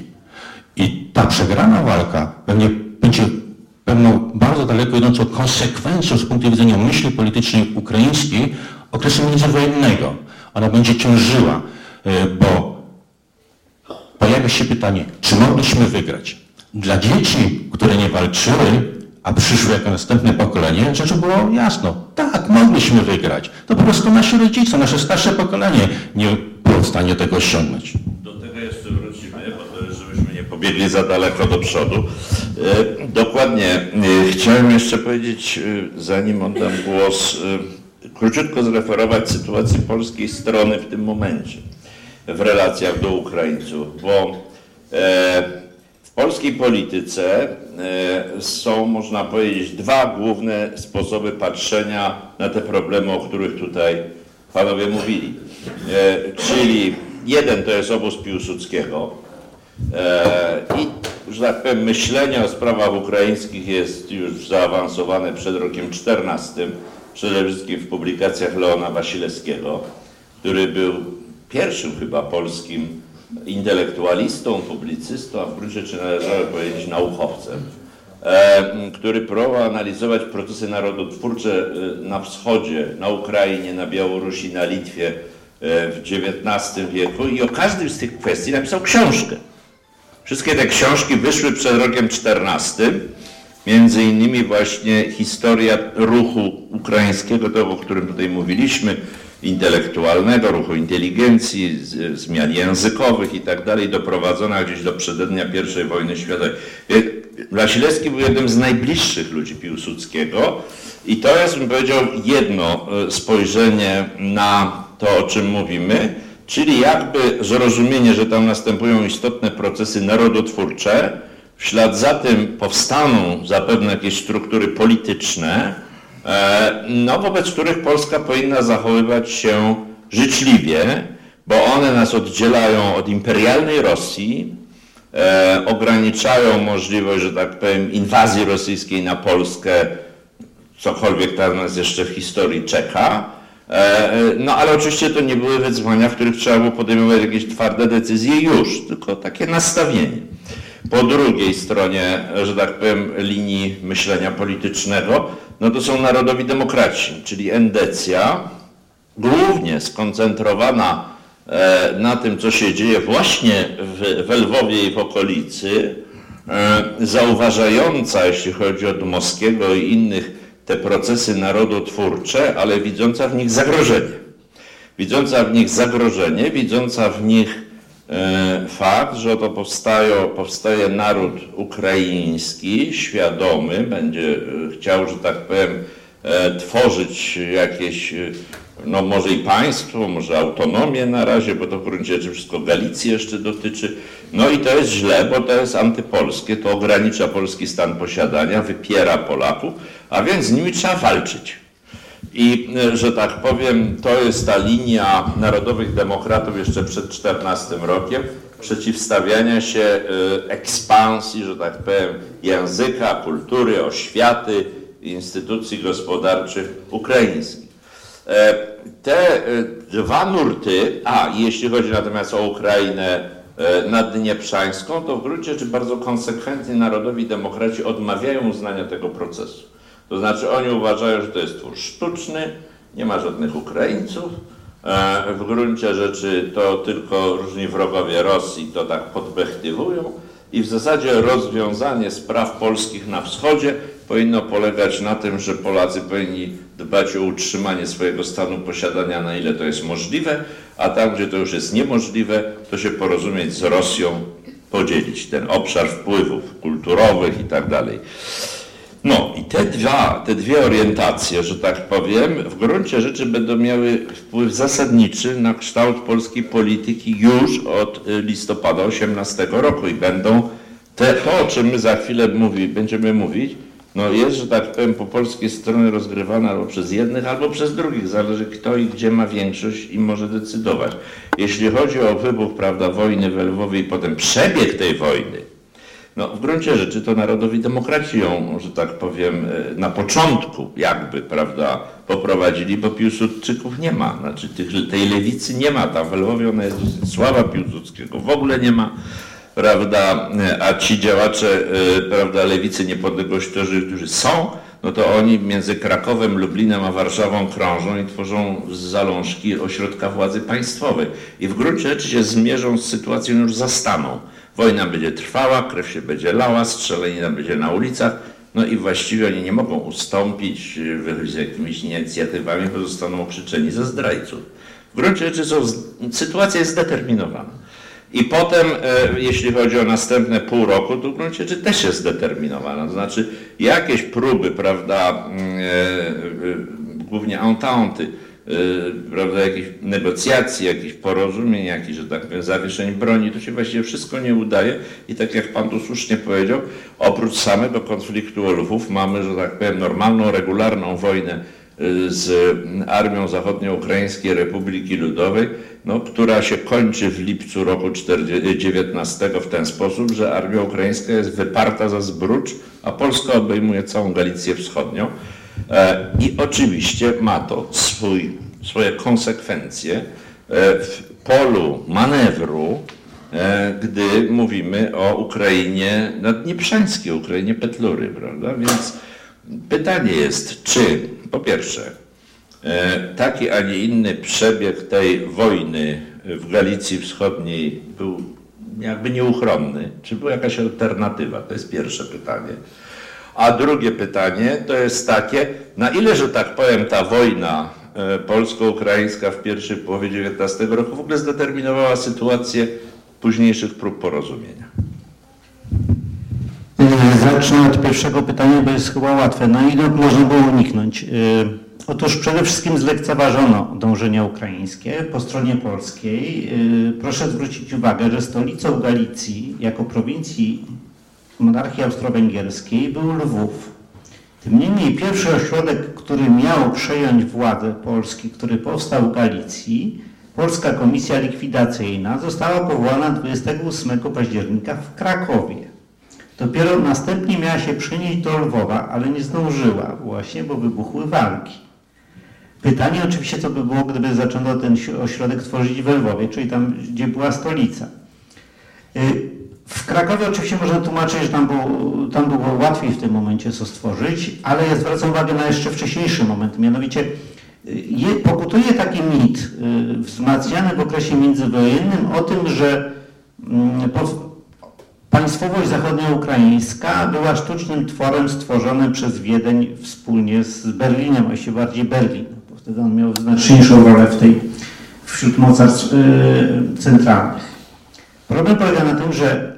I ta przegrana walka pewnie będzie pewną bardzo daleko idącą konsekwencją z punktu widzenia myśli politycznej ukraińskiej okresu międzywojennego. Ona będzie ciążyła, bo pojawia się pytanie, czy mogliśmy wygrać? Dla dzieci, które nie walczyły, a przyszły jako następne pokolenie, rzecz było jasno. Tak, mogliśmy wygrać. To po prostu nasi rodzice, nasze starsze pokolenie nie było w stanie tego osiągnąć. Do tego jeszcze wrócimy, bo to żebyśmy nie pobiegli za daleko do przodu. Dokładnie. Chciałem jeszcze powiedzieć, zanim oddam głos, króciutko zreferować sytuację polskiej strony w tym momencie w relacjach do Ukraińców, bo w polskiej polityce są, można powiedzieć, 2 główne sposoby patrzenia na te problemy, o których tutaj panowie mówili. Czyli jeden to jest obóz Piłsudskiego i, że tak powiem, myślenie o sprawach ukraińskich jest już zaawansowane przed rokiem 14, przede wszystkim w publikacjach Leona Wasilewskiego, który był pierwszym chyba polskim intelektualistą, publicystą, a w gruncie rzeczy należało powiedzieć naukowcem, który próbował analizować procesy narodotwórcze na wschodzie, na Ukrainie, na Białorusi, na Litwie w XIX wieku i o każdej z tych kwestii napisał książkę. Wszystkie te książki wyszły przed rokiem 14, między innymi właśnie historia ruchu ukraińskiego, tego, o którym tutaj mówiliśmy, intelektualnego, ruchu inteligencji, zmian językowych i tak dalej, doprowadzona gdzieś do przedednia I wojny światowej. Wasilewski był jednym z najbliższych ludzi Piłsudskiego i to jest, bym powiedział, jedno spojrzenie na to, o czym mówimy, czyli jakby zrozumienie, że tam następują istotne procesy narodotwórcze, w ślad za tym powstaną zapewne jakieś struktury polityczne, no, wobec których Polska powinna zachowywać się życzliwie, bo one nas oddzielają od imperialnej Rosji, ograniczają możliwość, że tak powiem, inwazji rosyjskiej na Polskę, cokolwiek tam nas jeszcze w historii czeka. No ale oczywiście to nie były wyzwania, w których trzeba było podejmować jakieś twarde decyzje już, tylko takie nastawienie. Po drugiej stronie, że tak powiem, linii myślenia politycznego, no to są narodowi demokraci, czyli endecja, głównie skoncentrowana na tym, co się dzieje właśnie w Lwowie i w okolicy, zauważająca, jeśli chodzi o Dmowskiego i innych, te procesy narodotwórcze, ale widząca w nich zagrożenie. Widząca w nich fakt, że to powstaje naród ukraiński, świadomy, będzie chciał, że tak powiem, tworzyć jakieś, no może i państwo, może autonomię na razie, bo to w gruncie rzeczy wszystko Galicji jeszcze dotyczy. No i to jest źle, bo to jest antypolskie, to ogranicza polski stan posiadania, wypiera Polaków, a więc z nimi trzeba walczyć. I, że tak powiem, to jest ta linia narodowych demokratów jeszcze przed 14 rokiem, przeciwstawiania się ekspansji, że tak powiem, języka, kultury, oświaty, instytucji gospodarczych ukraińskich. Te dwa nurty, jeśli chodzi natomiast o Ukrainę naddnieprzańską, to w gruncie rzeczy bardzo konsekwentnie narodowi demokraci odmawiają uznania tego procesu. To znaczy oni uważają, że to jest twór sztuczny, nie ma żadnych Ukraińców. W gruncie rzeczy to tylko różni wrogowie Rosji to tak podbechtywują i w zasadzie rozwiązanie spraw polskich na wschodzie powinno polegać na tym, że Polacy powinni dbać o utrzymanie swojego stanu posiadania, na ile to jest możliwe, a tam, gdzie to już jest niemożliwe, to się porozumieć z Rosją, podzielić ten obszar wpływów kulturowych i tak dalej. No i te dwie orientacje, że tak powiem, w gruncie rzeczy będą miały wpływ zasadniczy na kształt polskiej polityki już od listopada 18 roku i będą to, o czym my za chwilę będziemy mówić, no jest, że tak powiem, po polskiej stronie rozgrywane albo przez jednych, albo przez drugich. Zależy kto i gdzie ma większość i może decydować. Jeśli chodzi o wybuch, prawda, wojny w Lwowie i potem przebieg tej wojny, no w gruncie rzeczy to narodowi demokraci ją, że tak powiem, na początku jakby, prawda, poprowadzili, bo Piłsudczyków nie ma. Znaczy tej lewicy nie ma. Tam w Lwowie ona jest dosyć słaba, Piłsudskiego w ogóle nie ma. Prawda, a ci działacze, prawda, lewicy niepodległościowi, którzy są, no to oni między Krakowem, Lublinem a Warszawą krążą i tworzą zalążki ośrodka władzy państwowej. I w gruncie rzeczy się zmierzą z sytuacją, już zastaną. Wojna będzie trwała, krew się będzie lała, strzelanina będzie na ulicach, no i właściwie oni nie mogą ustąpić, wychodzić z jakimiś inicjatywami, bo zostaną okrzyczeni za zdrajców. W gruncie rzeczy sytuacja jest zdeterminowana. I potem, jeśli chodzi o następne pół roku, to w gruncie rzeczy też jest zdeterminowana. To znaczy jakieś próby, prawda, głównie ententy, prawda, jakichś negocjacji, jakichś porozumień, jakichś, że tak powiem, zawieszeń broni, to się właściwie wszystko nie udaje. I tak jak pan tu słusznie powiedział, oprócz samego konfliktu o Lwów mamy, że tak powiem, normalną, regularną wojnę z Armią Zachodnioukraińskiej Republiki Ludowej, no, która się kończy w lipcu roku 19 w ten sposób, że armia ukraińska jest wyparta za Zbrucz, a Polska obejmuje całą Galicję Wschodnią. I oczywiście ma to swoje konsekwencje w polu manewru, gdy mówimy o Ukrainie naddnieprzańskiej, Ukrainie Petlury, prawda? Więc pytanie jest, czy po pierwsze taki, a nie inny przebieg tej wojny w Galicji Wschodniej był jakby nieuchronny, czy była jakaś alternatywa? To jest pierwsze pytanie. A drugie pytanie to jest takie, na ile, że tak powiem, ta wojna polsko-ukraińska w pierwszej połowie XIX roku w ogóle zdeterminowała sytuację późniejszych prób porozumienia? Zacznę od pierwszego pytania, bo jest chyba łatwe. Na ile można było uniknąć? Otóż przede wszystkim zlekceważono dążenia ukraińskie po stronie polskiej. Proszę zwrócić uwagę, że stolicą Galicji jako prowincji monarchii austro-węgierskiej był Lwów. Tym niemniej pierwszy ośrodek, który miał przejąć władzę Polski, który powstał w Galicji, Polska Komisja Likwidacyjna, została powołana 28 października w Krakowie. Dopiero następnie miała się przenieść do Lwowa, ale nie zdążyła właśnie, bo wybuchły walki. Pytanie oczywiście, co by było, gdyby zaczęto ten ośrodek tworzyć we Lwowie, czyli tam, gdzie była stolica. W Krakowie oczywiście można tłumaczyć, że tam było łatwiej w tym momencie co stworzyć, ale ja zwracam uwagę na jeszcze wcześniejszy moment, mianowicie pokutuje taki mit wzmacniany w okresie międzywojennym o tym, że państwowość zachodnioukraińska była sztucznym tworem stworzonym przez Wiedeń wspólnie z Berlinem, właściwie bardziej Berlin, bo wtedy on miał znaczniejszą rolę wśród mocarstw centralnych. Problem polega na tym, że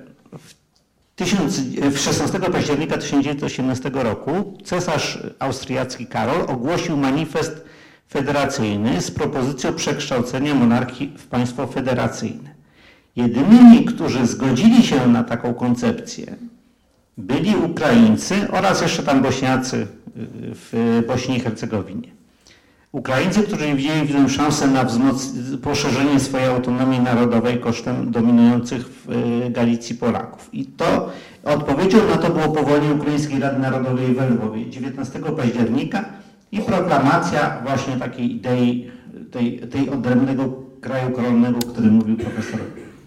16 października 1918 roku cesarz austriacki Karol ogłosił manifest federacyjny z propozycją przekształcenia monarchii w państwo federacyjne. Jedynymi, którzy zgodzili się na taką koncepcję, byli Ukraińcy oraz jeszcze tam Bośniacy w Bośni i Hercegowinie. Ukraińcy, którzy widzieli w tym szansę na poszerzenie swojej autonomii narodowej kosztem dominujących w Galicji Polaków. I to odpowiedzią na to było powołanie Ukraińskiej Rady Narodowej we Lwowie 19 października i proklamacja właśnie takiej idei, tej odrębnego kraju koronnego, o którym mówił profesor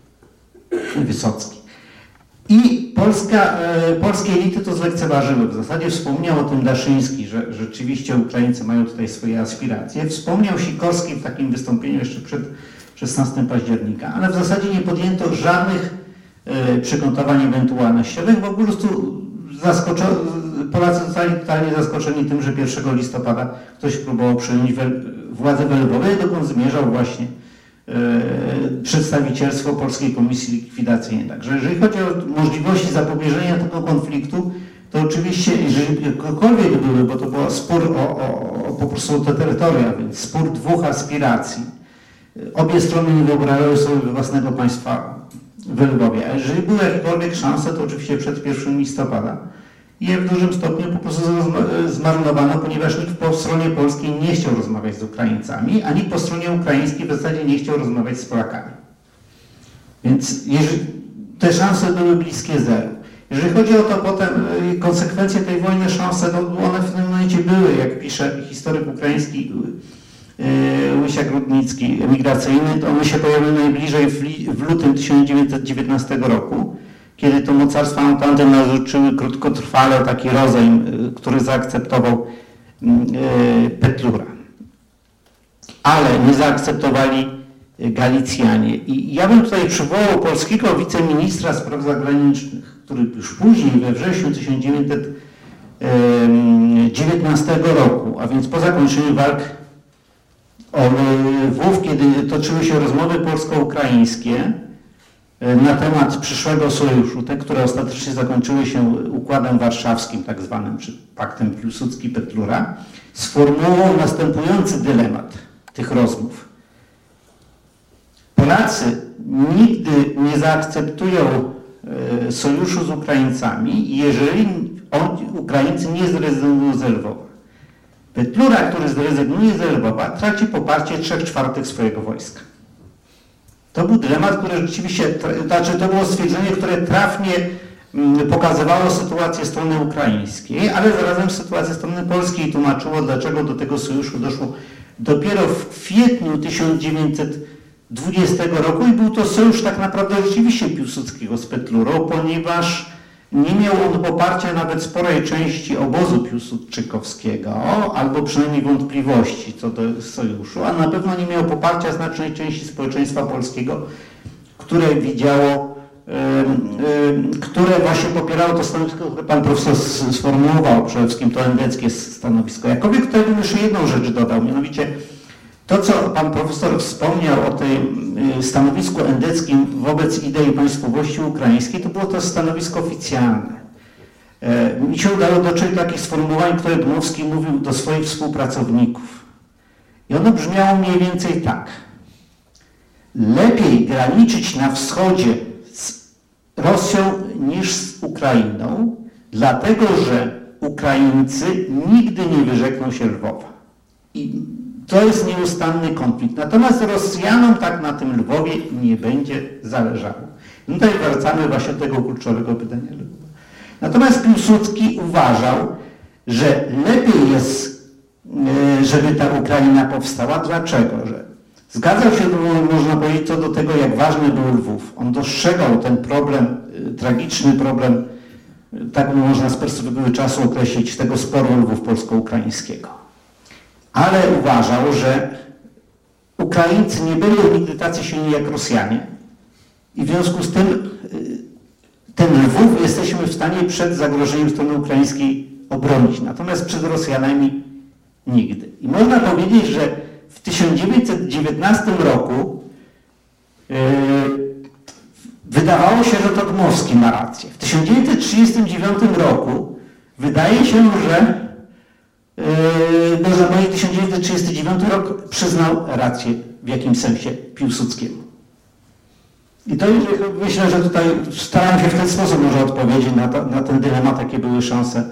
Wysocki. I polskie elity to zlekceważyły. W zasadzie wspomniał o tym Daszyński, że rzeczywiście Ukraińcy mają tutaj swoje aspiracje. Wspomniał Sikorski w takim wystąpieniu jeszcze przed 16 października, ale w zasadzie nie podjęto żadnych przygotowań ewentualnościowych, bo po prostu Polacy zostali totalnie zaskoczeni tym, że 1 listopada ktoś próbował przejąć władzę w Lwowie, dokąd zmierzał właśnie przedstawicielstwo Polskiej Komisji Likwidacyjnej. Także jeżeli chodzi o możliwości zapobieżenia tego konfliktu, to oczywiście, jeżeli jakiekolwiek były, bo to był spór po prostu te terytoria, więc spór dwóch aspiracji. Obie strony nie wyobrażały sobie własnego państwa w Lwowie. A jeżeli były jakiekolwiek szanse, to oczywiście przed 1 listopada je w dużym stopniu po prostu zmarnowano, ponieważ nikt po stronie polskiej nie chciał rozmawiać z Ukraińcami, a nikt po stronie ukraińskiej w zasadzie nie chciał rozmawiać z Polakami. Więc te szanse były bliskie zeru. Jeżeli chodzi o to potem konsekwencje tej wojny, szanse, no one w tym momencie były, jak pisze historyk ukraiński Łysia Grudnicki, emigracyjny, to one się pojawiły najbliżej w lutym 1919 roku, kiedy to mocarstwa Entente narzuciły krótkotrwale taki rozejm, który zaakceptował Petlura. Ale nie zaakceptowali Galicjanie. I ja bym tutaj przywołał polskiego wiceministra spraw zagranicznych, który już później, we wrześniu 1919 roku, a więc po zakończeniu walk o Lwów, kiedy toczyły się rozmowy polsko-ukraińskie na temat przyszłego sojuszu, te, które ostatecznie zakończyły się Układem Warszawskim, tak zwanym, czy Paktem Piłsudski-Petlura, sformułował następujący dylemat tych rozmów. Polacy nigdy nie zaakceptują sojuszu z Ukraińcami, jeżeli Ukraińcy nie zrezygnują z Lwowa. Petlura, który zrezygnuje z Lwowa, traci poparcie 3/4 swojego wojska. To był dylemat, który rzeczywiście, to było stwierdzenie, które trafnie pokazywało sytuację strony ukraińskiej, ale zarazem sytuację strony polskiej tłumaczyło, dlaczego do tego sojuszu doszło dopiero w kwietniu 1920 roku i był to sojusz tak naprawdę rzeczywiście Piłsudskiego z Petlurą, ponieważ nie miał on poparcia nawet sporej części obozu piłsudczykowskiego, albo przynajmniej wątpliwości co do sojuszu, a na pewno nie miał poparcia znacznej części społeczeństwa polskiego, które widziało, które właśnie popierało to stanowisko, które pan profesor sformułował, przede wszystkim to endeckie stanowisko. Jakowiek tutaj bym jeszcze jedną rzecz dodał, mianowicie to, co pan profesor wspomniał o tym stanowisku endeckim wobec idei państwowości ukraińskiej, to było to stanowisko oficjalne. Mi się udało dotrzeć do takich sformułowań, które Dmowski mówił do swoich współpracowników. I ono brzmiało mniej więcej tak. Lepiej graniczyć na wschodzie z Rosją niż z Ukrainą, dlatego że Ukraińcy nigdy nie wyrzekną się Lwowa. I to jest nieustanny konflikt. Natomiast Rosjanom tak na tym Lwowie nie będzie zależało. I tutaj wracamy właśnie do tego kluczowego pytania Lwowa. Natomiast Piłsudski uważał, że lepiej jest, żeby ta Ukraina powstała. Dlaczego? Że Zgadzał się, można powiedzieć, co do tego, jak ważny był Lwów. On dostrzegał ten problem, tragiczny problem, tak można z perspektywy czasu określić, tego sporu Lwów polsko-ukraińskiego. Ale uważał, że Ukraińcy nie byli nigdy tacy silni jak Rosjanie i w związku z tym ten Lwów jesteśmy w stanie przed zagrożeniem strony ukraińskiej obronić, natomiast przed Rosjanami nigdy. I można powiedzieć, że w 1919 roku wydawało się, że to Dmowski ma rację. W 1939 roku wydaje się, że może 1939 rok przyznał rację w jakimś sensie Piłsudskiemu. I to myślę, że tutaj staram się w ten sposób może odpowiedzieć na ten dylemat, jakie były szanse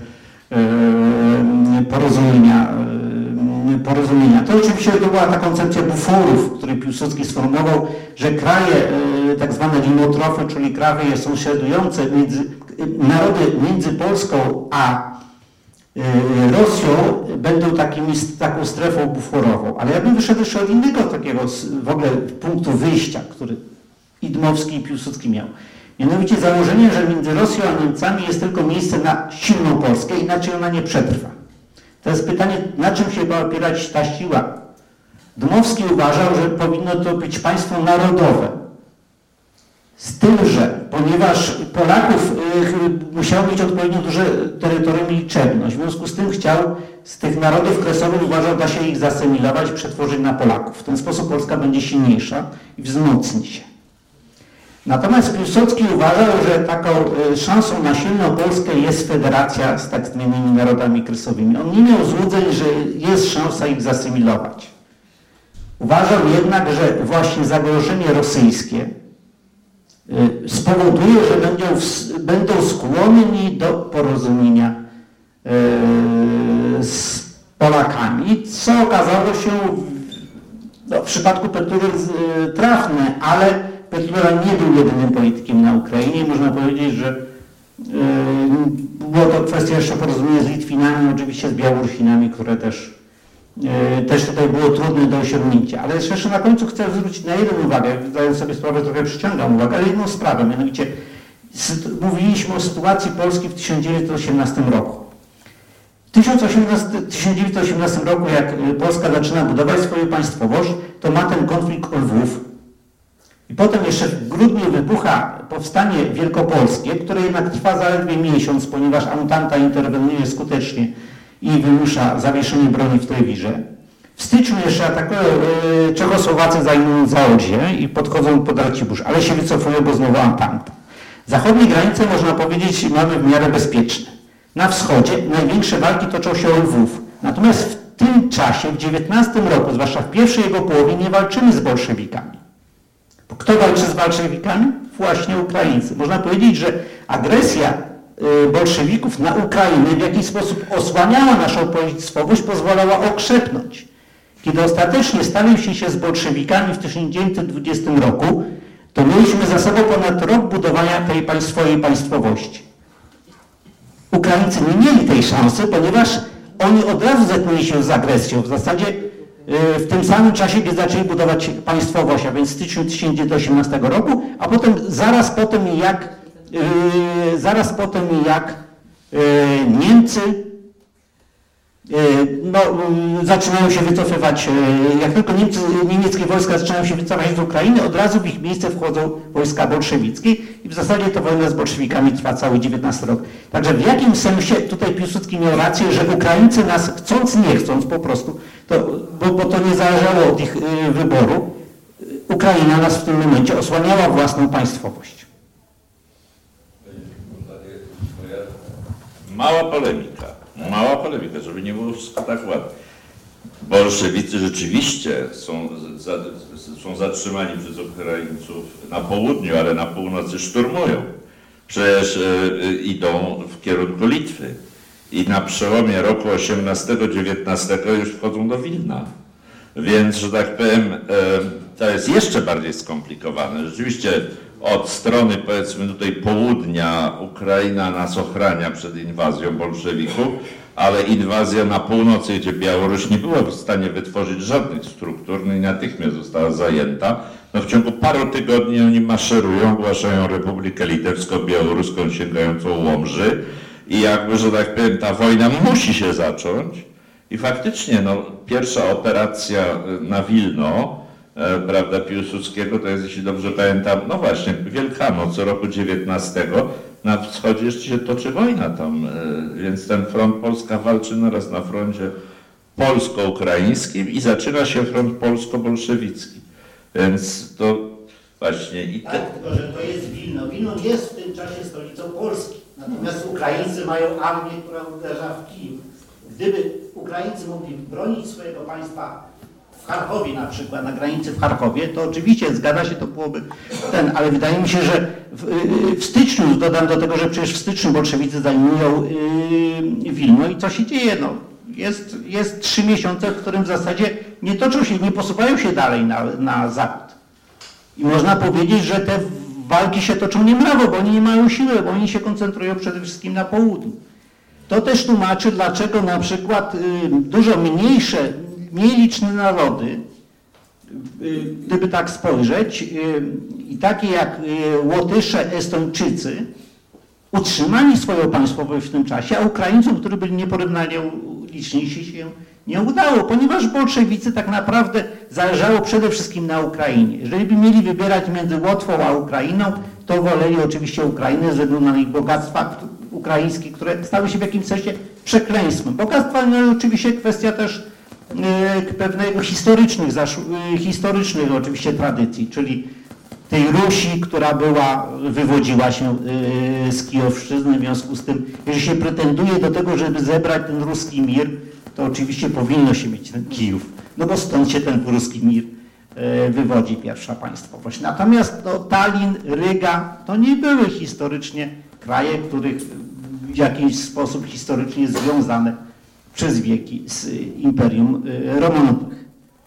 porozumienia. To oczywiście to była ta koncepcja buforów, który Piłsudski sformułował, że kraje tak zwane limotrofy, czyli kraje sąsiadujące narody między Polską a Rosją będą taką strefą buforową. Ale ja bym wyszedł jeszcze od innego takiego w ogóle punktu wyjścia, który i Dmowski i Piłsudski miał. Mianowicie założenie, że między Rosją a Niemcami jest tylko miejsce na silną Polskę, inaczej ona nie przetrwa. To jest pytanie, na czym się ma opierać ta siła. Dmowski uważał, że powinno to być państwo narodowe. Z tym, że ponieważ Polaków musiało mieć odpowiednio duże terytorium i liczebność, w związku z tym chciał z tych narodów kresowych, uważał, da się ich zasymilować, przetworzyć na Polaków. W ten sposób Polska będzie silniejsza i wzmocni się. Natomiast Piłsudski uważał, że taką szansą na silną Polskę jest federacja z tak zwanymi narodami kresowymi. On nie miał złudzeń, że jest szansa ich zasymilować. Uważał jednak, że właśnie zagrożenie rosyjskie spowoduje, że będą skłonni do porozumienia z Polakami, co okazało się w przypadku Petrury trafne, ale Petlura nie był jedynym politykiem na Ukrainie. Można powiedzieć, że była to kwestia jeszcze porozumienia z Litwinami, oczywiście z Białorusinami, które też tutaj było trudne do osiągnięcia. Ale jeszcze na końcu chcę zwrócić na jedną uwagę, zdając sobie sprawę, trochę przyciągam uwagę, ale jedną sprawę, mianowicie mówiliśmy o sytuacji Polski w 1918 roku. W 1918 roku, jak Polska zaczyna budować swoją państwowość, to ma ten konflikt o Lwów. I potem jeszcze w grudniu wybucha powstanie wielkopolskie, które jednak trwa zaledwie miesiąc, ponieważ Ententa interweniuje skutecznie i wymusza zawieszenie broni w Trewirze. W styczniu jeszcze atakują Czechosłowacy, zajmując Zaolzie i podchodzą pod Racibórz, ale się wycofują, bo znowu Ententa. Zachodnie granice, można powiedzieć, mamy w miarę bezpieczne. Na wschodzie największe walki toczą się o Lwów. Natomiast w tym czasie, w 19 roku, zwłaszcza w pierwszej jego połowie, nie walczymy z bolszewikami. Kto walczy z bolszewikami? Właśnie Ukraińcy. Można powiedzieć, że agresja bolszewików na Ukrainę w jakiś sposób osłaniała naszą państwowość, pozwalała okrzepnąć. Kiedy ostatecznie staliśmy się z bolszewikami w 1920 roku, to mieliśmy za sobą ponad rok budowania tej swojej państwowości. Ukraińcy nie mieli tej szansy, ponieważ oni od razu zetknęli się z agresją. W zasadzie w tym samym czasie, kiedy zaczęli budować państwowość, a więc w styczniu 1918 roku, a potem zaraz potem jak Niemcy zaczynają się wycofywać, jak tylko niemieckie wojska zaczynają się wycofać z Ukrainy, od razu w ich miejsce wchodzą wojska bolszewickie i w zasadzie to wojna z bolszewikami trwa cały XIX rok. Także w jakim sensie tutaj Piłsudski miał rację, że Ukraińcy nas chcąc, nie chcąc po prostu, bo to nie zależało od ich wyboru, Ukraina nas w tym momencie osłaniała własną państwowość. Mała polemika, żeby nie było wszystko tak ładnie. Bolszewicy rzeczywiście są zatrzymani przez Ukraińców na południu, ale na północy szturmują. Przecież idą w kierunku Litwy i na przełomie roku 18-19 już wchodzą do Wilna. Więc, że tak powiem, to jest jeszcze bardziej skomplikowane. Rzeczywiście od strony, powiedzmy tutaj południa Ukraina nas ochrania przed inwazją bolszewików, ale inwazja na północy, gdzie Białoruś nie była w stanie wytworzyć żadnych struktur, no i natychmiast została zajęta. No w ciągu paru tygodni oni maszerują, ogłaszają Republikę Litewsko-Białoruską sięgającą Łomży i jakby, że tak powiem, ta wojna musi się zacząć. I faktycznie, no, pierwsza operacja na Wilno, prawda, Piłsudskiego, to jest, jeśli dobrze pamiętam, no właśnie, Wielkanoc roku 19. Na wschodzie jeszcze się toczy wojna tam, więc ten front Polska walczy naraz na froncie polsko-ukraińskim i zaczyna się front polsko-bolszewicki. Więc to właśnie... Tak, tylko że to jest Wilno. Wilno jest w tym czasie stolicą Polski. Natomiast Ukraińcy mają armię, która uderza w Kijów. Gdyby Ukraińcy mogli bronić swojego państwa w Charkowie na przykład, na granicy w Charkowie, to oczywiście, zgadza się, to byłoby ten, ale wydaje mi się, że w styczniu, dodam do tego, że przecież w styczniu bolszewicy zajmują Wilno i co się dzieje? No, jest 3 miesiące, w którym w zasadzie nie toczą się, nie posuwają się dalej na zachód. I można powiedzieć, że te walki się toczą niemrawo, bo oni nie mają siły, bo oni się koncentrują przede wszystkim na południu. To też tłumaczy, dlaczego na przykład dużo mniej liczne narody, gdyby tak spojrzeć, i takie jak Łotysze, Estończycy, utrzymali swoją państwowość w tym czasie, a Ukraińcom, którzy byli nieporównanie liczniejsi, się nie udało, ponieważ bolszewicy tak naprawdę zależało przede wszystkim na Ukrainie. Jeżeli by mieli wybierać między Łotwą a Ukrainą, to woleli oczywiście Ukrainę ze względu na ich bogactwa ukraińskie, które stały się w jakimś sensie przekleństwem. Bogactwa, no oczywiście kwestia też pewnego historycznych oczywiście tradycji, czyli tej Rusi, która wywodziła się z Kijowszczyzny, w związku z tym, jeżeli się pretenduje do tego, żeby zebrać ten ruski mir, to oczywiście powinno się mieć ten Kijów, no bo stąd się ten ruski mir wywodzi, pierwsza państwowość. Natomiast no, Tallin, Ryga to nie były historycznie kraje, których w jakiś sposób historycznie związane przez wieki z Imperium Romanowych.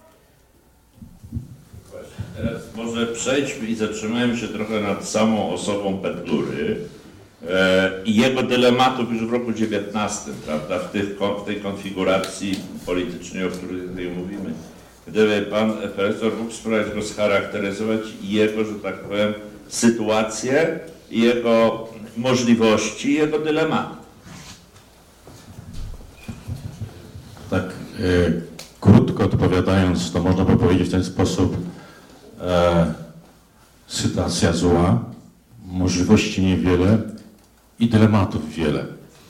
Teraz może przejdźmy i zatrzymajmy się trochę nad samą osobą Petlury i jego dylematów już w roku 19, prawda, w tej konfiguracji politycznej, o której tutaj mówimy. Gdyby pan profesor mógł spróbować go scharakteryzować i jego, że tak powiem, sytuację, i jego możliwości, i jego dylematy. Tak, krótko odpowiadając, to można by powiedzieć w ten sposób, sytuacja zła, możliwości niewiele i dylematów wiele.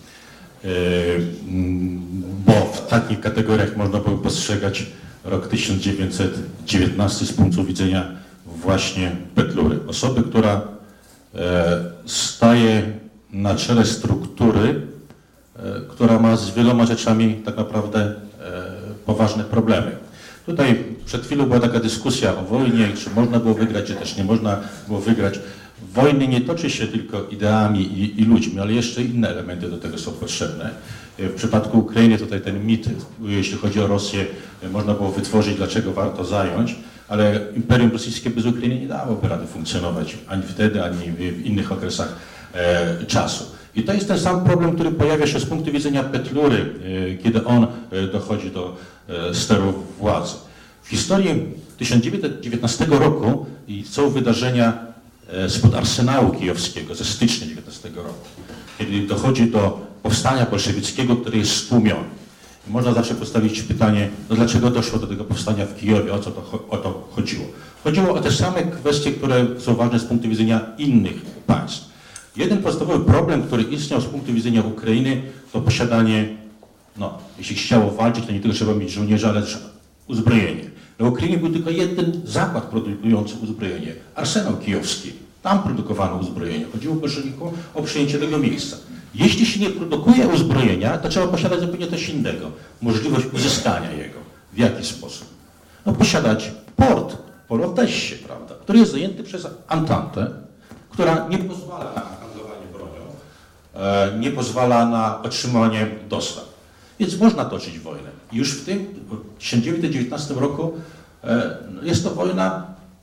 Bo w takich kategoriach można by postrzegać rok 1919 z punktu widzenia właśnie Petlury. Osoby, która staje na czele struktury, która ma z wieloma rzeczami tak naprawdę poważne problemy. Tutaj przed chwilą była taka dyskusja o wojnie, czy można było wygrać, czy też nie można było wygrać. Wojny nie toczy się tylko ideami i ludźmi, ale jeszcze inne elementy do tego są potrzebne. W przypadku Ukrainy tutaj ten mit, jeśli chodzi o Rosję, można było wytworzyć, dlaczego warto zająć, ale Imperium Rosyjskie bez Ukrainy nie dałoby rady funkcjonować ani wtedy, ani w innych okresach czasu. I to jest ten sam problem, który pojawia się z punktu widzenia Petlury, kiedy on dochodzi do steru władzy. W historii 1919 roku i są wydarzenia spod Arsenału Kijowskiego ze stycznia 19 roku, kiedy dochodzi do powstania bolszewickiego, które jest stłumione. Można zawsze postawić pytanie, no dlaczego doszło do tego powstania w Kijowie, o to chodziło. Chodziło o te same kwestie, które są ważne z punktu widzenia innych państw. Jeden podstawowy problem, który istniał z punktu widzenia Ukrainy, to posiadanie, no, jeśli chciało walczyć, to nie tylko trzeba mieć żołnierza, ale też uzbrojenie. Na Ukrainie był tylko jeden zakład produkujący uzbrojenie, Arsenał Kijowski. Tam produkowano uzbrojenie. Chodziło bolszewikom o przejęcie tego miejsca. Jeśli się nie produkuje uzbrojenia, to trzeba posiadać zupełnie coś innego. Możliwość uzyskania jego. W jaki sposób? No posiadać port w Odessie, prawda, który jest zajęty przez Antantę, która nie pozwala na handlowanie bronią, nie pozwala na otrzymanie dostaw. Więc można toczyć wojnę. I już w tym 1919 roku jest to wojna,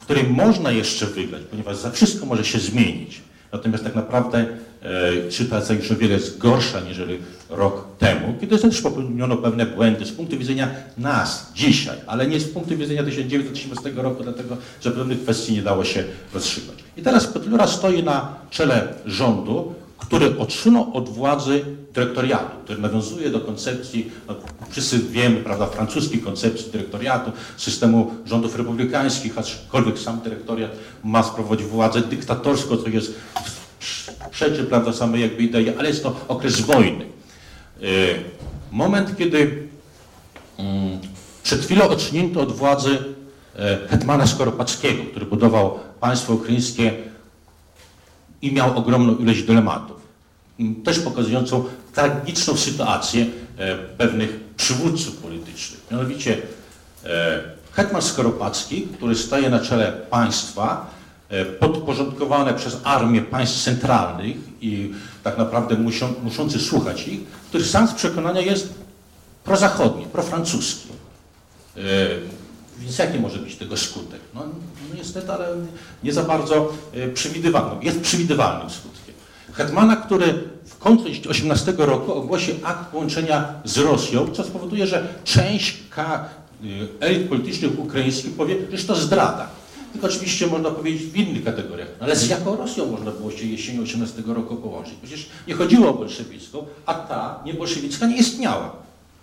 której można jeszcze wygrać, ponieważ za wszystko może się zmienić. Natomiast tak naprawdę sytuacja już o wiele jest gorsza niż rok temu, kiedy też popełniono pewne błędy z punktu widzenia nas dzisiaj, ale nie z punktu widzenia 1918 roku, dlatego że pewnych kwestii nie dało się rozstrzygnąć. I teraz Petlura stoi na czele rządu, który odsunął od władzy dyrektoriatu, który nawiązuje do koncepcji, no, wszyscy wiemy, prawda, francuskiej koncepcji dyrektoriatu, systemu rządów republikańskich, aczkolwiek sam dyrektoriat ma sprawować władzę dyktatorską, co jest przeczy, prawda, samej jakby idei, ale jest to okres wojny. Moment, kiedy przed chwilą odsunięto od władzy hetmana Skoropadzkiego, który budował państwo ukraińskie i miał ogromną ilość dylematów, też pokazującą tragiczną sytuację pewnych przywódców politycznych. Mianowicie hetman Skoropadzki, który staje na czele państwa, podporządkowane przez armię państw centralnych i tak naprawdę muszący słuchać ich, który sam z przekonania jest prozachodni, profrancuski. Więc jaki może być tego skutek? No niestety, ale nie za bardzo przewidywalny. Jest przewidywalnym skutkiem. Hetmana, który w końcu 2018 roku ogłosi akt połączenia z Rosją, co spowoduje, że część elit politycznych ukraińskich powie, że to zdrada. Tylko oczywiście można powiedzieć w innych kategoriach. Ale z jaką Rosją można było się jesienią 2018 roku połączyć? Przecież nie chodziło o bolszewicką, a ta niebolszewicka nie istniała.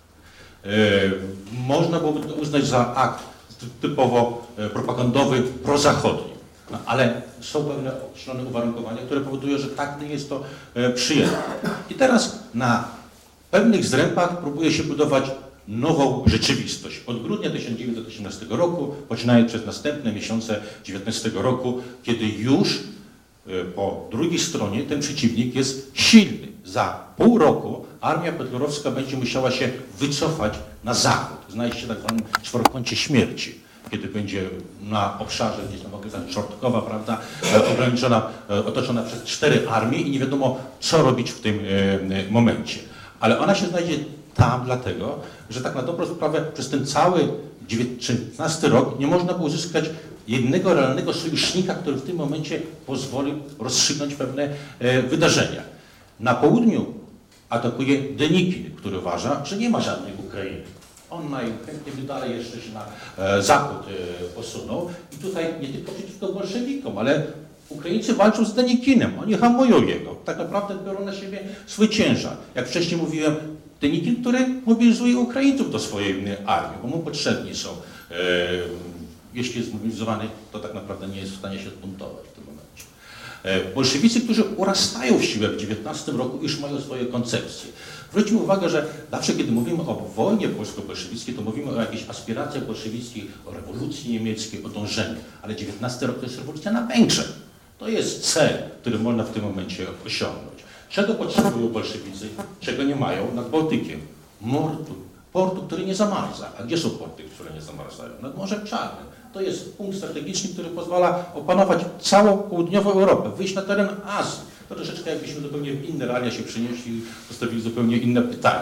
Można byłoby to uznać za akt typowo propagandowy, prozachodni. No, ale są pewne określone uwarunkowania, które powodują, że tak nie jest to przyjęte. I teraz na pewnych zrębach próbuje się budować nową rzeczywistość. Od grudnia 1918 roku, poczynając przez następne miesiące 19 roku, kiedy już po drugiej stronie ten przeciwnik jest silny. Za pół roku armia petlurowska będzie musiała się wycofać na zachód, znaleźć się w tak zwanym czworokącie śmierci, kiedy będzie na obszarze gdzieś tam określona Czortkowa, prawda, ograniczona, otoczona przez 4 armie i nie wiadomo, co robić w tym momencie. Ale ona się znajdzie tam dlatego, że tak na dobrą sprawę przez ten cały 19 rok nie można było uzyskać jednego realnego sojusznika, który w tym momencie pozwoli rozstrzygnąć pewne wydarzenia. Na południu atakuje Denikin, który uważa, że nie ma żadnej Ukrainy. On najchętniej by dalej jeszcze się na zachód posunął i tutaj nie tylko przeciwko bolszewikom, ale Ukraińcy walczą z Denikinem, oni hamują jego, tak naprawdę biorą na siebie swój ciężar. Jak wcześniej mówiłem, Denikin, który mobilizuje Ukraińców do swojej armii, bo mu potrzebni są. Jeśli jest zmobilizowany, to tak naprawdę nie jest w stanie się zbuntować w tym momencie. Bolszewicy, którzy urastają w siłę w 19 roku, już mają swoje koncepcje. Zwróćmy uwagę, że zawsze kiedy mówimy o wojnie polsko-bolszewickiej, to mówimy o jakichś aspiracjach bolszewickich, o rewolucji niemieckiej, o dążeniu. Ale 19 rok to jest rewolucja na Węgrzech. To jest cel, który można w tym momencie osiągnąć. Czego potrzebują bolszewicy, czego nie mają nad Bałtykiem? Portu, który nie zamarza. A gdzie są porty, które nie zamarzają? Nad Morzem Czarnym. To jest punkt strategiczny, który pozwala opanować całą południową Europę, wyjść na teren Azji. To troszeczkę jakbyśmy zupełnie w inne realia się przenieśli i postawili zupełnie inne pytania.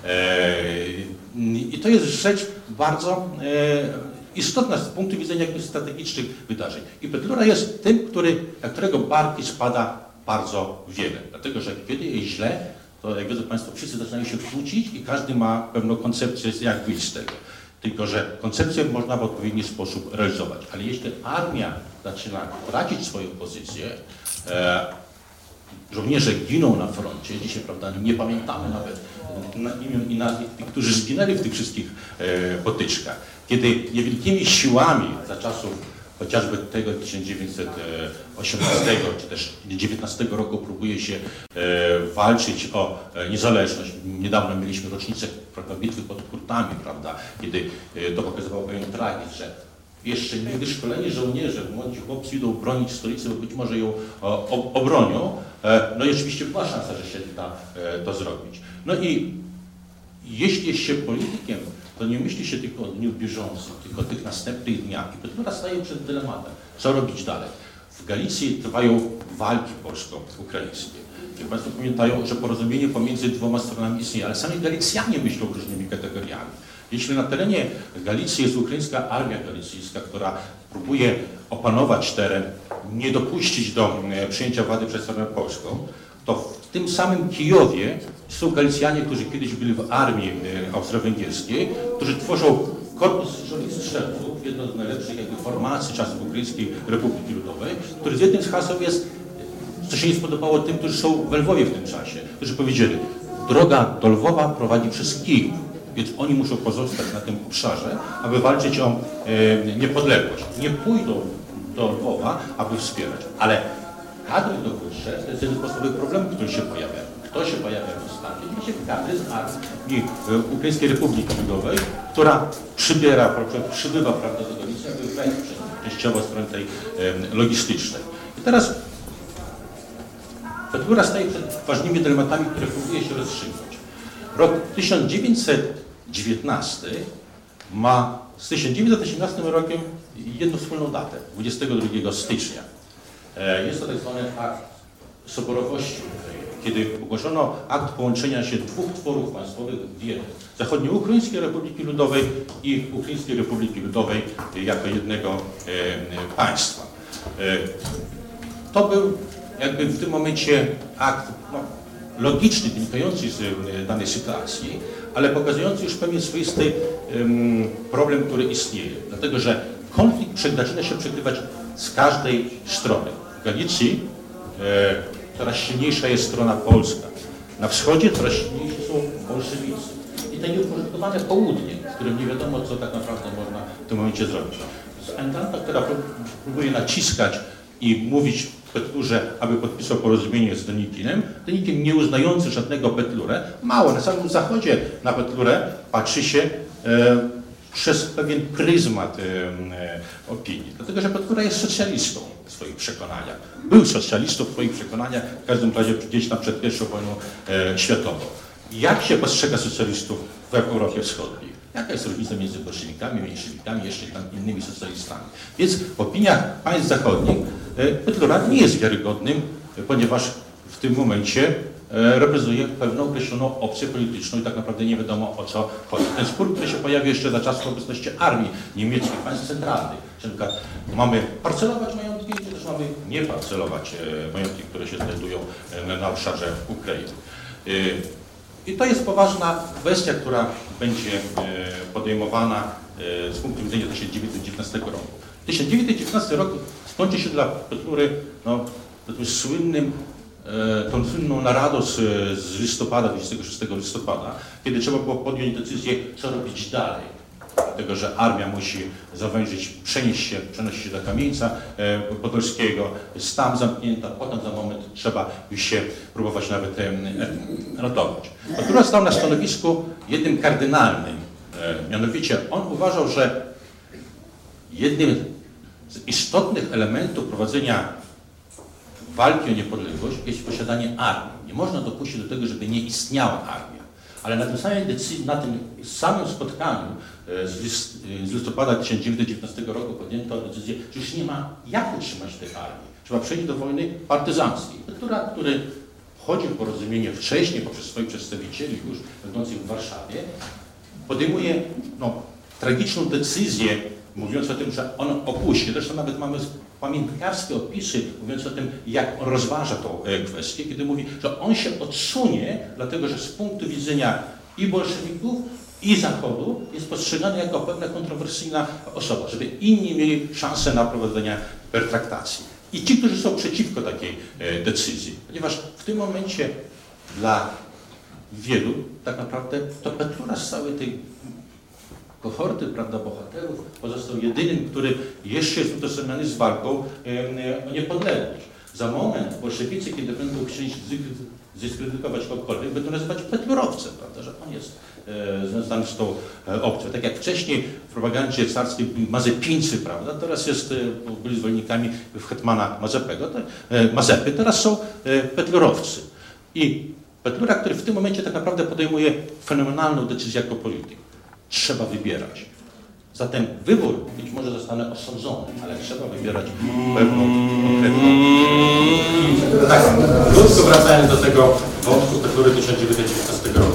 I to jest rzecz bardzo istotna z punktu widzenia jakichś strategicznych wydarzeń. I Petlura jest tym, na którego barki spada bardzo wiele. Dlatego, że kiedy jest źle, to jak wiedzą Państwo, wszyscy zaczynają się kłócić i każdy ma pewną koncepcję, jak wyjść z tego. Tylko że koncepcję można w odpowiedni sposób realizować. Ale jeśli armia zaczyna tracić swoją pozycję, żołnierze giną na froncie, dzisiaj prawda, nie pamiętamy nawet imion i nazwisk tych, którzy zginęli w tych wszystkich potyczkach. Kiedy niewielkimi siłami za czasów chociażby tego 1918 czy też 19 roku próbuje się walczyć o niezależność. Niedawno mieliśmy rocznicę bitwy pod Kurtami, prawda, kiedy to pokazywało pewien tragizm, że jeszcze niewyszkoleni żołnierze, młodzi chłopcy idą bronić stolicy, bo być może ją obronią. No i oczywiście była szansa, że się da to zrobić. No i jeśli jest się politykiem, to nie myśli się tylko o dniu bieżącym, tylko o tych następnych dniach. I Petlura staje przed dylematem, co robić dalej. W Galicji trwają walki polsko-ukraińskie. Jak Państwo pamiętają, że porozumienie pomiędzy dwoma stronami istnieje, ale sami Galicjanie myślą różnymi kategoriami. Jeśli na terenie Galicji jest ukraińska armia galicyjska, która próbuje opanować teren, nie dopuścić do przyjęcia władzy przez armię polską, to w tym samym Kijowie są Galicjanie, którzy kiedyś byli w armii austro-węgierskiej, którzy tworzą Korpus Strzelców, jedną z najlepszych formacji czasów Ukraińskiej Republiki Ludowej, który z jednym z haseł jest, co się nie spodobało tym, którzy są w Lwowie w tym czasie, którzy powiedzieli, droga do Lwowa prowadzi przez Kijów, więc oni muszą pozostać na tym obszarze, aby walczyć o niepodległość. Nie pójdą do Lwowa, aby wspierać, ale kadry dowódcze to jest jeden z podstawowych problemów, który się pojawia. Kto się pojawia w ustawie? Oczywiście kadry z armii Ukraińskiej Republiki Ludowej, która przybywa prawda, do Galicji, aby wejść częściowo strony tej logistycznej. I teraz Petlura staje przed ważnymi dylematami, które próbuje się rozstrzygnąć. Rok 1919 ma z 1918 rokiem jedną wspólną datę, 22 stycznia. Jest to tak zwany akt soborowości, kiedy ogłoszono akt połączenia się dwóch tworów państwowych w jedno. Zachodnioukraińskiej Republiki Ludowej i Ukraińskiej Republiki Ludowej jako jednego państwa. To był jakby w tym momencie akt logiczny, wynikający z danej sytuacji, ale pokazujący już pewien swoisty problem, który istnieje. Dlatego, że konflikt zaczyna się przegrywać z każdej strony. W Galicji coraz silniejsza jest strona polska. Na wschodzie coraz silniejsi są bolszewicy. I te nieuporządkowane południe, w którym nie wiadomo, co tak naprawdę można w tym momencie zrobić. Ententa, która próbuje naciskać i mówić Petlurze, aby podpisał porozumienie z Denikinem nie uznający żadnego Petlurę. Mało, na samym zachodzie na Petlurę patrzy się przez pewien pryzmat opinii. Dlatego, że Petlura jest socjalistą w swoich przekonaniach. Był socjalistą w swoich przekonaniach, w każdym razie gdzieś tam przed I wojną światową. Jak się postrzega socjalistów w Europie Wschodniej? Jaka jest różnica między bolszewikami, mniejszewikami, jeszcze tam innymi socjalistami? Więc w opiniach państw zachodnich Petlura nie jest wiarygodnym, ponieważ w tym momencie reprezentuje pewną określoną opcję polityczną i tak naprawdę nie wiadomo, o co chodzi. Ten spór, który się pojawił jeszcze za czasów obecności armii niemieckich, państw centralnych, czyli na przykład mamy parcelować majątki, czy też mamy nie parcelować majątki, które się znajdują na obszarze Ukrainy. I to jest poważna kwestia, która będzie podejmowana z punktu widzenia 1919 roku. 1919 rok skończy się dla Petlury tą słynną naradą z listopada, 26 listopada, kiedy trzeba było podjąć decyzję, co robić dalej. Dlatego, że armia musi zawężyć, przenosić się do Kamieńca Podolskiego, jest tam zamknięta, potem za moment trzeba już się próbować nawet ratować. Petlura stał na stanowisku jednym kardynalnym, mianowicie on uważał, że jednym z istotnych elementów prowadzenia walki o niepodległość jest posiadanie armii. Nie można dopuścić do tego, żeby nie istniała armia. Ale na tym samym na tym samym spotkaniu z listopada 1919 roku podjęto decyzję, że już nie ma jak utrzymać tej armii. Trzeba przejść do wojny partyzanckiej. Petlura, który wchodził w porozumienie wcześniej poprzez swoich przedstawicieli już będących w Warszawie, podejmuje tragiczną decyzję, mówiąc o tym, że on opuści. Zresztą nawet mamy pamiętniarskie opisy mówiące o tym, jak on rozważa tą kwestię, kiedy mówi, że on się odsunie, dlatego że z punktu widzenia i bolszewików, i Zachodu jest postrzegany jako pewna kontrowersyjna osoba, żeby inni mieli szansę na prowadzenie pertraktacji. I ci, którzy są przeciwko takiej decyzji, ponieważ w tym momencie dla wielu tak naprawdę to Petlura z całej tej kohorty, prawda, bohaterów pozostał jedynym, który jeszcze jest utożsamiany z walką o niepodległość. Za moment bolszewicy, kiedy będą chcieli zdyskredytować kogokolwiek, będą nazywać petlurowcem, prawda, że on jest związany z tą opcją. Tak jak wcześniej w propagandzie carskiej byli Mazepińcy, prawda, teraz byli zwolennikami hetmana Mazepy, teraz są petlurowcy. I Petlura, który w tym momencie tak naprawdę podejmuje fenomenalną decyzję jako polityk. Trzeba wybierać. Zatem wybór być może zostanę osądzony, ale trzeba wybierać pewną konkretną. Tak, krótko wracając do tego wątku Petlury 1919 roku.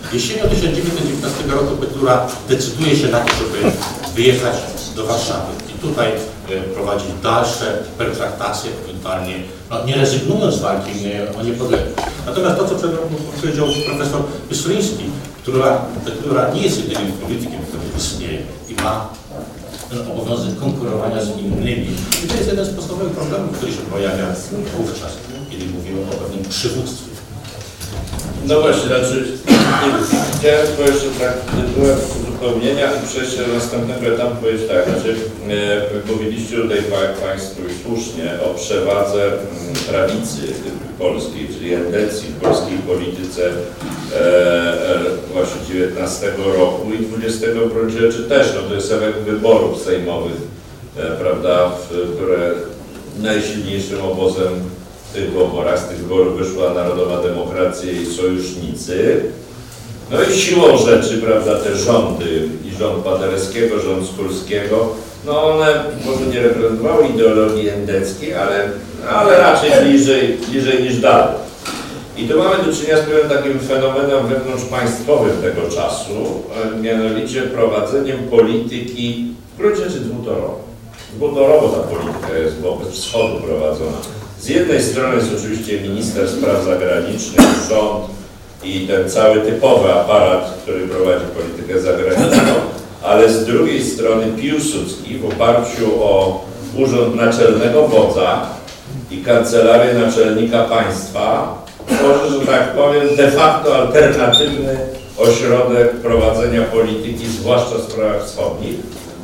Jesienią 1919 roku Petlura decyduje się na to, żeby wyjechać do Warszawy i tutaj prowadzić dalsze pertraktacje, ewentualnie nie rezygnując z walki o niepodległość. Natomiast to, co powiedział profesor Wyszyński, Petlura nie jest jedynym politykiem, który istnieje i ma obowiązek konkurowania z innymi. I to jest jeden z podstawowych problemów, który się pojawia wówczas, kiedy mówimy o pewnym przywództwie. No właśnie, znaczy chciałem tylko jeszcze tak tytułem uzupełnienia i przejścia do następnego etapu powiedzieć tak, znaczy mówiliście tutaj Państwo i słusznie o przewadze prawicy polskiej, czyli endecji w polskiej polityce właśnie 19 roku i 20 w gruncie rzeczy też, no to jest efekt wyborów sejmowych, prawda, które najsilniejszym obozem w tych wyborach, z tych wyborów wyszła Narodowa Demokracja i sojusznicy. No i siłą rzeczy, prawda, te rządy, i rząd Paderewskiego, rząd Skurskiego, no one może nie reprezentowały ideologii endeckiej, ale raczej bliżej niż dalej. I tu mamy do czynienia z pewnym takim fenomenem wewnątrzpaństwowym tego czasu, mianowicie prowadzeniem polityki w gruncie rzeczy dwutorowo. Dwutorowo ta polityka jest wobec wschodu prowadzona. Z jednej strony jest oczywiście minister spraw zagranicznych, rząd i ten cały typowy aparat, który prowadzi politykę zagraniczną, ale z drugiej strony Piłsudski w oparciu o urząd naczelnego wodza i kancelarię naczelnika państwa tworzy, że tak powiem, de facto alternatywny ośrodek prowadzenia polityki, zwłaszcza w sprawach wschodnich.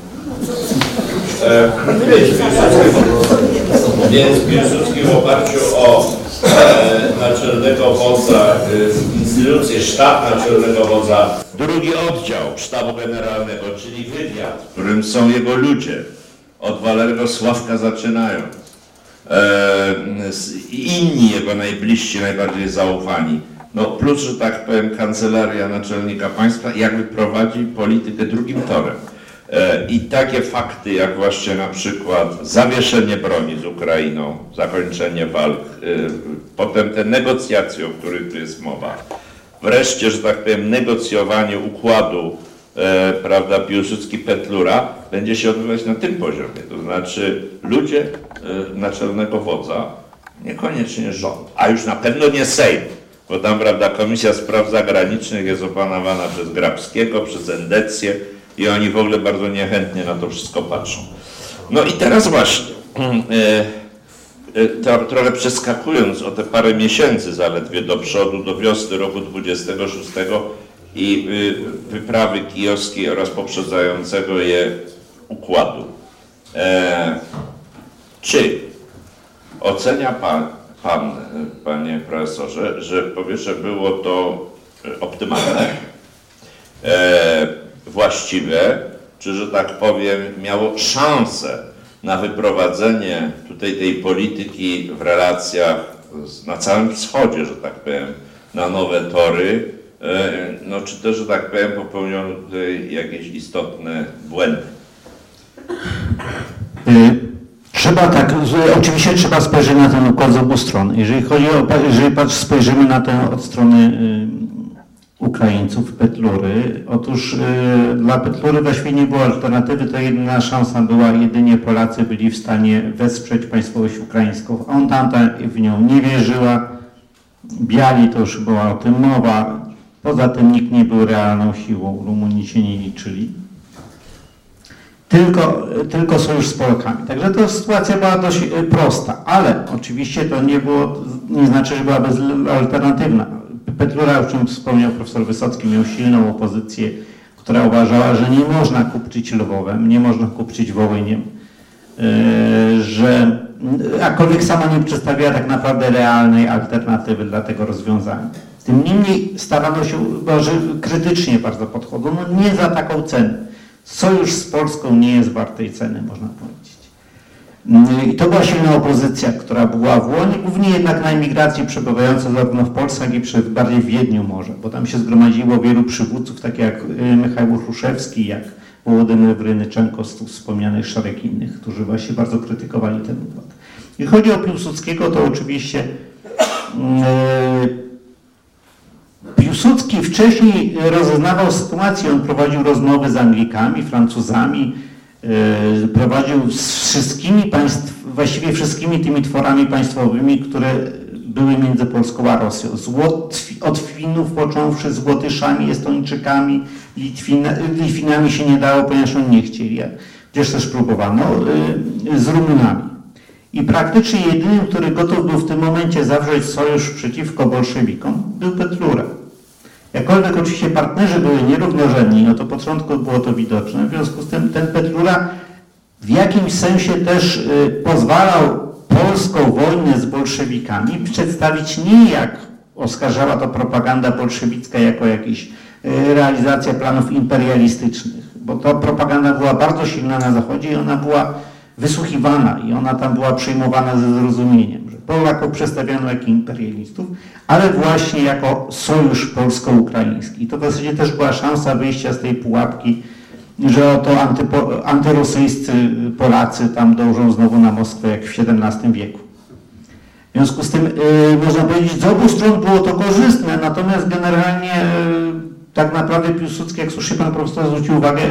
Więc Piłsudski w oparciu o naczelnego wodza, instytucję sztab naczelnego wodza, drugi oddział sztabu generalnego, czyli wywiad, w którym są jego ludzie, od Walerego Sławka zaczynając, inni jego najbliżsi, najbardziej zaufani, no plus, że tak powiem, kancelaria naczelnika państwa jakby prowadzi politykę drugim torem. I takie fakty jak właśnie na przykład zawieszenie broni z Ukrainą, zakończenie walk, potem te negocjacje, o których tu jest mowa, wreszcie, że tak powiem, negocjowanie układu, prawda, Piłsudski-Petlura będzie się odbywać na tym poziomie, to znaczy ludzie naczelnego wodza, niekoniecznie rząd, a już na pewno nie Sejm, bo tam, prawda, Komisja Spraw Zagranicznych jest opanowana przez Grabskiego, przez Endecję, i oni w ogóle bardzo niechętnie na to wszystko patrzą. No i teraz właśnie, trochę przeskakując o te parę miesięcy zaledwie do przodu, do wiosny roku 26 i wyprawy kijowskiej oraz poprzedzającego je układu. Czy ocenia pan, panie profesorze, że po pierwsze było to optymalne, właściwe, czy, że tak powiem, miało szansę na wyprowadzenie tutaj tej polityki w relacjach na całym wschodzie, że tak powiem, na nowe tory, no czy też, że tak powiem, popełniono tutaj jakieś istotne błędy? Trzeba tak, oczywiście trzeba spojrzeć na ten układ z obu stron. Jeżeli spojrzymy na ten od strony Ukraińców, Petlury. Otóż dla Petlury właściwie nie było alternatywy, to jedyna szansa była, jedynie Polacy byli w stanie wesprzeć państwowość ukraińską. Ententa w nią nie wierzyła, Biali to już była o tym mowa, poza tym nikt nie był realną siłą, Rumuni się nie liczyli. Tylko sojusz z Polakami. Także to sytuacja była dość prosta, ale oczywiście to nie znaczy, że była bezalternatywna. Petlura, o czym wspomniał profesor Wysocki, miał silną opozycję, która uważała, że nie można kupczyć Lwowem, nie można kupczyć Wołyniem, aczkolwiek sama nie przedstawiała tak naprawdę realnej alternatywy dla tego rozwiązania. Tym niemniej starano się, że krytycznie bardzo podchodzą, no nie za taką cenę. Sojusz z Polską nie jest wart tej ceny, można powiedzieć. I to była silna opozycja, która była w łonie, głównie jednak na emigracji przebywająca zarówno w Polsce, jak i bardziej w Wiedniu może, bo tam się zgromadziło wielu przywódców, takich jak Michał Hruszewski, jak Wołodymyr Wrynyczenko, z tu wspomnianych szereg innych, którzy właśnie bardzo krytykowali ten układ. Jeśli chodzi o Piłsudskiego, to oczywiście Piłsudski w wcześniej rozeznawał sytuację, on prowadził rozmowy z Anglikami, Francuzami, prowadził z wszystkimi właściwie wszystkimi tymi tworami państwowymi, które były między Polską a Rosją. Od Finów począwszy, z Łotyszami, Estończykami, Litwinami się nie dało, ponieważ oni nie chcieli, chociaż też próbowano, z Rumunami. I praktycznie jedynym, który gotów był w tym momencie zawrzeć sojusz przeciwko bolszewikom, był Petlura. Jakkolwiek oczywiście partnerzy byli nierównorzędni, no to po początku było to widoczne, w związku z tym ten Petlura w jakimś sensie też pozwalał polską wojnę z bolszewikami przedstawić nie jak oskarżała to propaganda bolszewicka jako jakaś realizacja planów imperialistycznych, bo ta propaganda była bardzo silna na Zachodzie i ona była wysłuchiwana i ona tam była przyjmowana ze zrozumieniem, że Polaków przedstawiano jako imperialistów, ale właśnie jako sojusz polsko-ukraiński. I to w zasadzie też była szansa wyjścia z tej pułapki, że oto antyrosyjscy Polacy tam dążą znowu na Moskwę jak w XVII wieku. W związku z tym można powiedzieć, z obu stron było to korzystne, natomiast generalnie tak naprawdę Piłsudski, jak słusznie pan profesor zwrócił uwagę,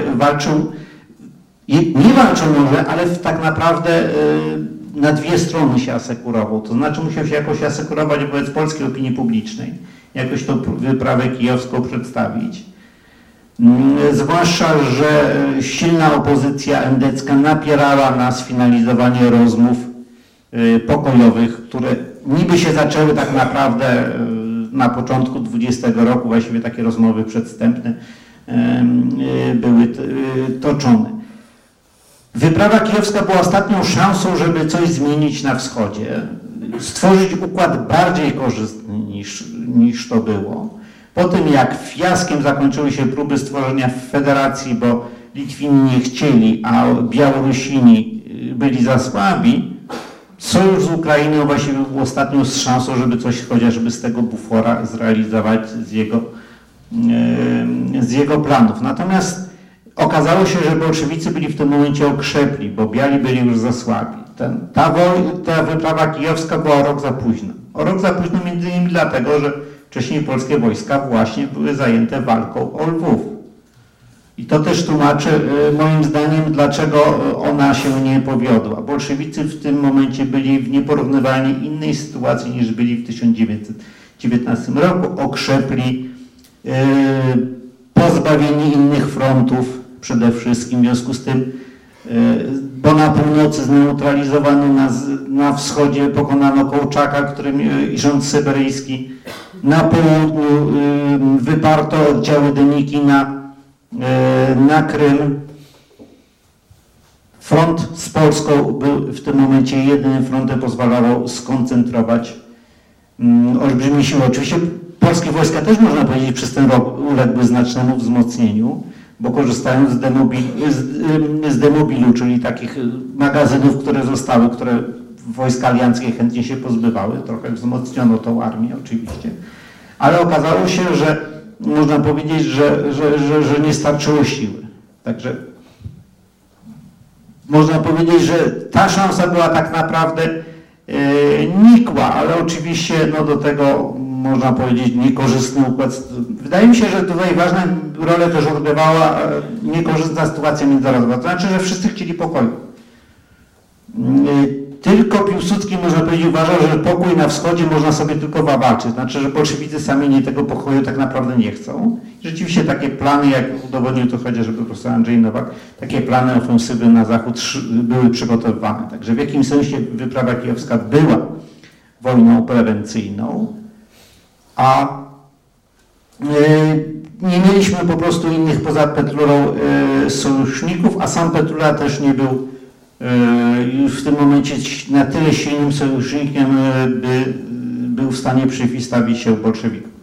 nie walczył może, ale tak naprawdę na dwie strony się asekurował. To znaczy musiał się jakoś asekurować wobec polskiej opinii publicznej, jakoś tą wyprawę kijowską przedstawić. Zwłaszcza, że silna opozycja endecka napierała na sfinalizowanie rozmów pokojowych, które niby się zaczęły tak naprawdę na początku 20 roku, właściwie takie rozmowy przedwstępne były toczone. Wyprawa kijowska była ostatnią szansą, żeby coś zmienić na wschodzie, stworzyć układ bardziej korzystny niż to było. Po tym jak fiaskiem zakończyły się próby stworzenia federacji, bo Litwini nie chcieli, a Białorusini byli za słabi, sojusz z Ukrainą właściwie był ostatnią szansą, żeby coś chociażby z tego bufora zrealizować z jego planów. Natomiast okazało się, że bolszewicy byli w tym momencie okrzepli, bo biali byli już za słabi. Ta wyprawa kijowska była o rok za późno. O rok za późno między innymi dlatego, że wcześniej polskie wojska właśnie były zajęte walką o Lwów. I to też tłumaczy moim zdaniem, dlaczego ona się nie powiodła. Bolszewicy w tym momencie byli w nieporównywalnie innej sytuacji niż byli w 1919 roku. Okrzepli, pozbawieni innych frontów przede wszystkim, w związku z tym, bo na północy zneutralizowano, na wschodzie pokonano Kołczaka, i rząd syberyjski, na południu wyparto oddziały Deniki na Krym. Front z Polską był w tym momencie jedynym frontem, pozwalał skoncentrować olbrzymie siły. Oczywiście polskie wojska też, można powiedzieć, przez ten rok uległy znacznemu wzmocnieniu, bo korzystają z demobilu, czyli takich magazynów, które zostały, które wojska alianckie chętnie się pozbywały. Trochę wzmocniono tą armię oczywiście, ale okazało się, że można powiedzieć, że nie starczyło siły. Także można powiedzieć, że ta szansa była tak naprawdę nikła, ale oczywiście no, do tego można powiedzieć niekorzystny układ. Wydaje mi się, że tutaj ważną rolę też odgrywała niekorzystna sytuacja międzynarodowa. To znaczy, że wszyscy chcieli pokoju. Tylko Piłsudski, można powiedzieć, uważał, że pokój na wschodzie można sobie tylko wywalczyć. Znaczy, że bolszewicy sami tego pokoju tak naprawdę nie chcą. Rzeczywiście takie plany, jak udowodnił to chociażby profesor Andrzej Nowak, takie plany ofensywy na zachód były przygotowywane. Także w jakimś sensie wyprawa kijowska była wojną prewencyjną, a nie mieliśmy po prostu innych poza Petlurą sojuszników, a sam Petlura też nie był już w tym momencie na tyle silnym sojusznikiem, by był w stanie przeciwstawić się bolszewikom.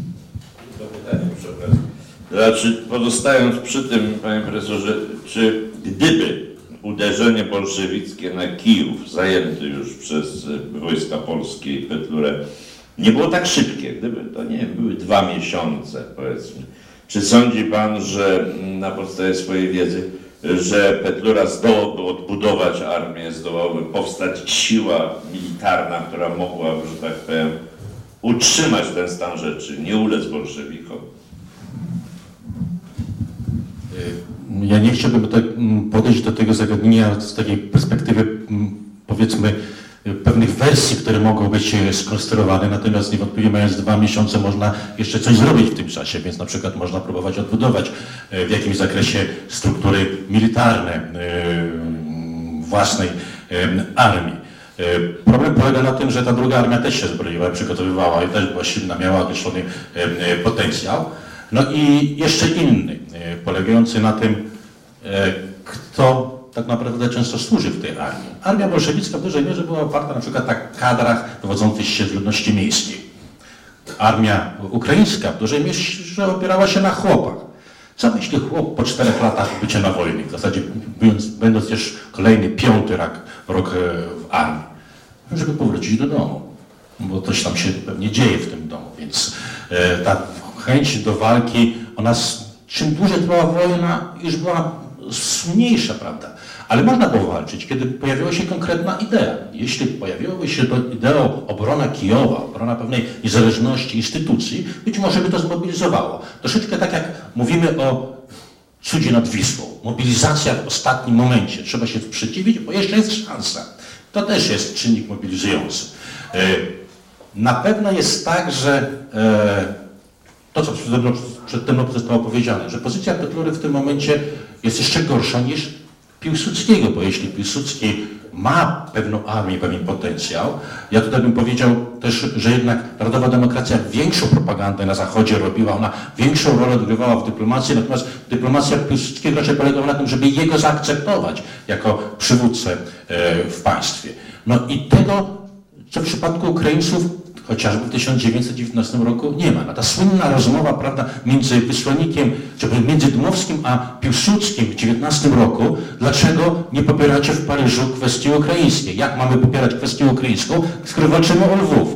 Znaczy, pozostając przy tym, panie profesorze, czy gdyby uderzenie bolszewickie na Kijów, zajęty już przez wojska polskie i Petlurę, nie było tak szybkie, gdyby to nie były 2 miesiące, powiedzmy, czy sądzi pan, że na podstawie swojej wiedzy, że Petlura zdołałby odbudować armię, zdołałaby powstać siła militarna, która mogłaby, że tak powiem, utrzymać ten stan rzeczy, nie ulec bolszewikom? Ja nie chciałbym podejść do tego zagadnienia z takiej perspektywy, powiedzmy, pewnych wersji, które mogą być skonstruowane, natomiast niewątpliwie mając 2 miesiące można jeszcze coś zrobić w tym czasie, więc na przykład można próbować odbudować w jakimś zakresie struktury militarne własnej armii. Problem polega na tym, że ta druga armia też się zbroiła, przygotowywała i też była silna, miała określony potencjał. No i jeszcze inny, polegający na tym, kto tak naprawdę często służy w tej armii. Armia bolszewicka w dużej mierze była oparta na przykład na kadrach wywodzących się z ludności miejskiej. Armia ukraińska w dużej mierze opierała się na chłopach. Co myśli chłop po 4 latach bycia na wojnie, w zasadzie będąc też kolejny 5. rok w armii, żeby powrócić do domu, bo coś tam się pewnie dzieje w tym domu, więc ta chęć do walki, ona czym dłużej trwała wojna, już była mniejsza, prawda? Ale można było walczyć, kiedy pojawiła się konkretna idea. Jeśli pojawiłaby się to ideą obrona Kijowa, obrona pewnej niezależności instytucji, być może by to zmobilizowało. Troszeczkę tak jak mówimy o cudzie nad Wisłą. Mobilizacja w ostatnim momencie. Trzeba się sprzeciwić, bo jeszcze jest szansa. To też jest czynnik mobilizujący. Na pewno jest tak, że to, co przedtem zostało powiedziane, że pozycja Petlury w tym momencie jest jeszcze gorsza niż Piłsudskiego, bo jeśli Piłsudski ma pewną armię, pewien potencjał, ja tutaj bym powiedział też, że jednak Narodowa Demokracja większą propagandę na Zachodzie robiła, ona większą rolę odgrywała w dyplomacji, natomiast dyplomacja Piłsudskiego raczej polegała na tym, żeby jego zaakceptować jako przywódcę w państwie. No i tego, co w przypadku Ukraińców chociażby w 1919 roku nie ma. No ta słynna rozmowa, prawda, między wysłannikiem, czy między Dmowskim a Piłsudskim w 19 roku, dlaczego nie popieracie w Paryżu kwestii ukraińskiej? Jak mamy popierać kwestię ukraińską, skoro walczymy o Lwów?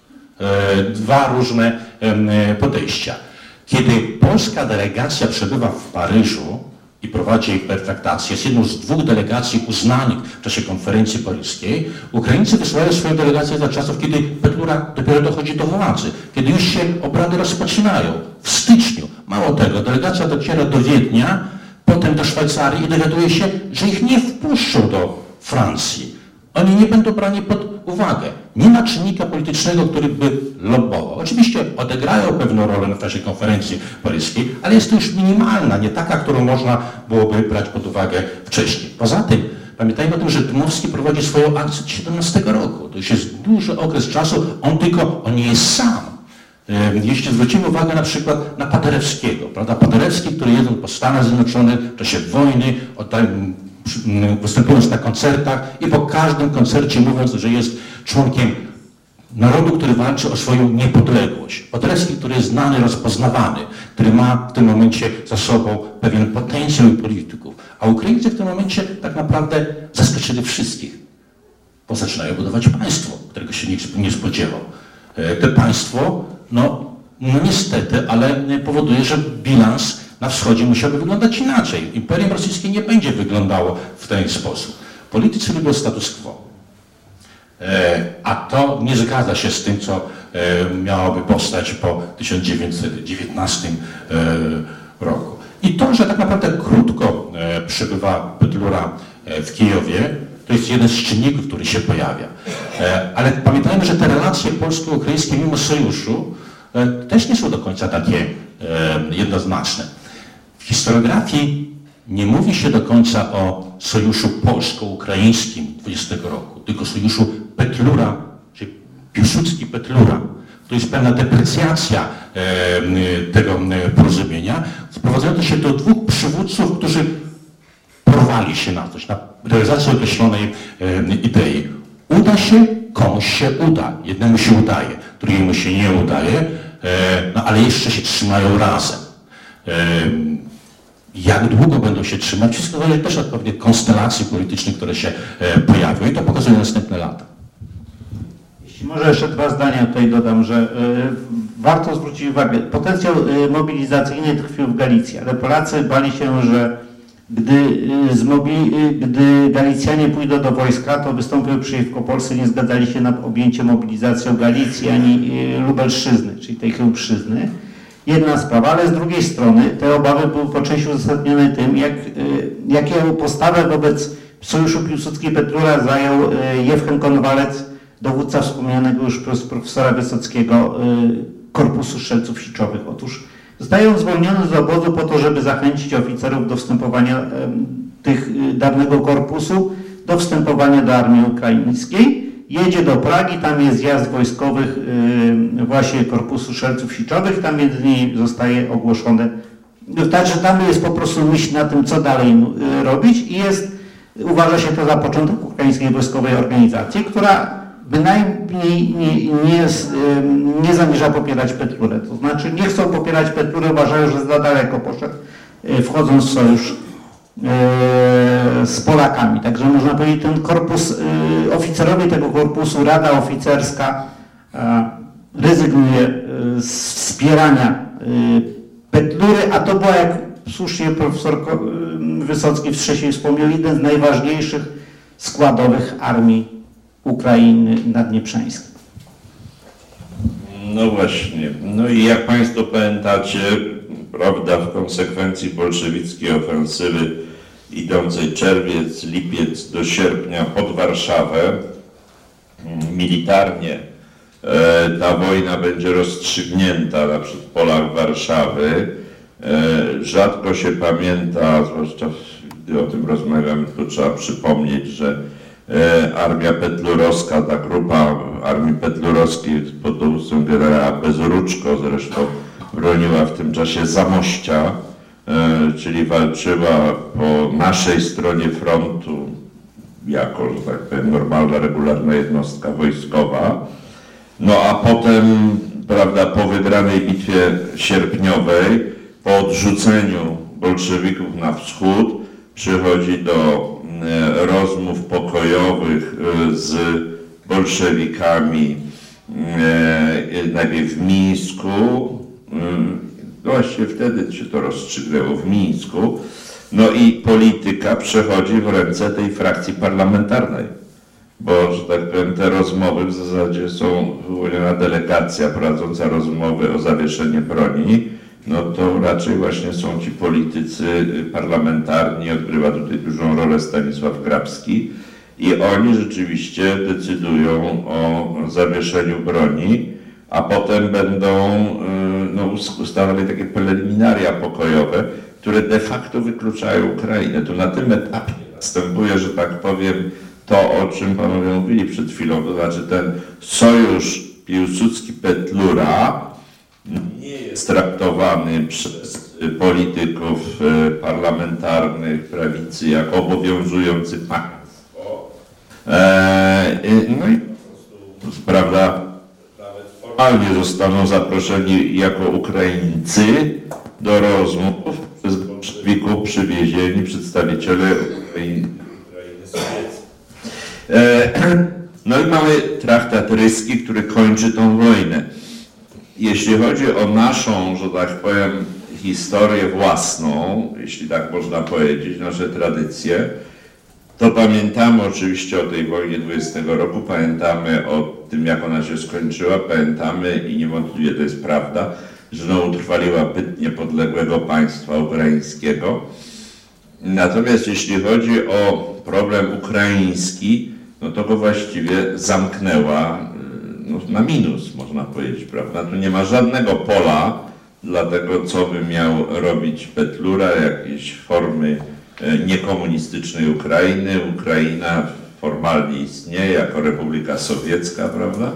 Dwa różne podejścia. Kiedy polska delegacja przebywa w Paryżu i prowadzi pertraktację, jest jedną z 2 delegacji uznanych w czasie konferencji paryskiej, Ukraińcy wysyłają swoją delegację za czasów, kiedy Petlura dopiero dochodzi do władzy, kiedy już się obrady rozpoczynają. W styczniu. Mało tego, delegacja dociera do Wiednia, potem do Szwajcarii i dowiaduje się, że ich nie wpuszczą do Francji. Oni nie będą brani pod uwagę. Nie ma czynnika politycznego, który by lobbował. Oczywiście odegrają pewną rolę w czasie konferencji paryskiej, ale jest to już minimalna, nie taka, którą można byłoby brać pod uwagę wcześniej. Poza tym, pamiętajmy o tym, że Dmowski prowadzi swoją akcję od 17 roku. To już jest duży okres czasu, on nie jest sam. Jeśli zwrócimy uwagę na przykład na Paderewskiego, prawda? Paderewski, który jeździł po Stanach Zjednoczonych w czasie wojny, występując na koncertach i po każdym koncercie mówiąc, że jest członkiem narodu, który walczy o swoją niepodległość. Paderewski, który jest znany, rozpoznawany, który ma w tym momencie za sobą pewien potencjał i polityków. A Ukraińcy w tym momencie tak naprawdę zaskoczyli wszystkich, bo zaczynają budować państwo, którego się nikt nie spodziewał. To państwo, no niestety, ale powoduje, że bilans na wschodzie musiałby wyglądać inaczej. Imperium rosyjskie nie będzie wyglądało w ten sposób. Politycy lubią status quo. A to nie zgadza się z tym, co miałoby powstać po 1919 roku. I to, że tak naprawdę krótko przebywa Petlura w Kijowie, to jest jeden z czynników, który się pojawia. Ale pamiętajmy, że te relacje polsko-ukraińskie mimo sojuszu też nie są do końca takie jednoznaczne. W historiografii nie mówi się do końca o sojuszu polsko-ukraińskim 20 roku, tylko sojuszu Petlura, czyli Piłsudski-Petlura. To jest pewna deprecjacja tego porozumienia, sprowadzająca się do 2 przywódców, którzy porwali się na coś, na realizację określonej idei. Uda się, komuś się uda. Jednemu się udaje, drugiemu się nie udaje, no ale jeszcze się trzymają razem. Jak długo będą się trzymać? Wszystko zależy też od pewnych konstelacji politycznych, które się pojawią i to pokazuje następne lata. Jeśli może jeszcze 2 zdania tutaj dodam, że warto zwrócić uwagę, potencjał mobilizacyjny tkwił w Galicji, ale Polacy bali się, że gdy Galicjanie pójdą do wojska, to wystąpią przeciwko Polsce, nie zgadzali się na objęcie mobilizacją Galicji ani Lubelszczyzny, czyli tej Chełmszczyzny. jedna sprawa, ale z drugiej strony te obawy były po części uzasadnione tym, jaką postawę wobec sojuszu Piłsudski-Petlura zajął Jewchen Konwalec, dowódca wspomnianego już przez profesora Wysockiego Korpusu Strzelców Siczowych. Otóż zostaje on zwolniony z obozu po to, żeby zachęcić oficerów do wstępowania tych dawnego korpusu, do wstępowania do armii ukraińskiej. Jedzie do Pragi, tam jest zjazd wojskowych właśnie Korpusu Strzelców Siczowych, tam między innymi zostaje ogłoszone, także tam jest po prostu myśl na tym, co dalej robić i uważa się to za początek ukraińskiej wojskowej organizacji, która bynajmniej nie zamierza popierać Petlurę. To znaczy nie chcą popierać Petlurę, uważają, że za daleko poszedł, wchodząc w sojusz z Polakami. Także można powiedzieć, ten korpus, oficerowie tego korpusu, Rada Oficerska rezygnuje z wspierania Petlury, a to była, jak słusznie profesor Wysocki wcześniej wspomniał, jeden z najważniejszych składowych armii Ukrainy Naddnieprzańskiej. No właśnie. No i jak Państwo pamiętacie, prawda, w konsekwencji bolszewickiej ofensywy idącej czerwiec, lipiec do sierpnia pod Warszawę, militarnie ta wojna będzie rozstrzygnięta na przedpolach Warszawy. Rzadko się pamięta, zwłaszcza gdy o tym rozmawiamy, to trzeba przypomnieć, że armia petlurowska, ta grupa armii petlurowskiej pod dowództwem generała Bezruczko zresztą broniła w tym czasie Zamościa, czyli walczyła po naszej stronie frontu jako, że tak powiem, normalna, regularna jednostka wojskowa. No a potem, prawda, po wygranej bitwie sierpniowej, po odrzuceniu bolszewików na wschód, przychodzi do rozmów pokojowych z bolszewikami najpierw w Mińsku, właściwie wtedy się to rozstrzygnęło w Mińsku, no i polityka przechodzi w ręce tej frakcji parlamentarnej, bo, że tak powiem, te rozmowy w zasadzie są wyłoniona delegacja prowadząca rozmowy o zawieszenie broni, no to raczej właśnie są ci politycy parlamentarni, odgrywa tutaj dużą rolę Stanisław Grabski i oni rzeczywiście decydują o zawieszeniu broni, a potem będą ustanowione takie preliminaria pokojowe, które de facto wykluczają Ukrainę. To na tym etapie następuje, że tak powiem, to, o czym panowie mówili przed chwilą, to znaczy ten sojusz Piłsudski-Petlura nie jest traktowany przez polityków parlamentarnych prawicy jako obowiązujący państwo. No i prawda, nawet formalnie zostaną zaproszeni jako Ukraińcy do rozmów przez bolszewików przywiezieni przedstawiciele Ukrainy sowieckiej. No i mamy traktat ryski, który kończy tą wojnę. Jeśli chodzi o naszą, że tak powiem, historię własną, jeśli tak można powiedzieć, nasze tradycje, to pamiętamy oczywiście o tej wojnie 20 roku, pamiętamy o tym, jak ona się skończyła, pamiętamy i niewątpliwie to jest prawda, że no utrwaliła byt niepodległego państwa ukraińskiego. Natomiast jeśli chodzi o problem ukraiński, no to go właściwie zamknęła na minus, można powiedzieć, prawda? Tu nie ma żadnego pola dla tego, co by miał robić Petlura, jakieś formy niekomunistycznej Ukrainy. Ukraina formalnie istnieje jako Republika Sowiecka, prawda?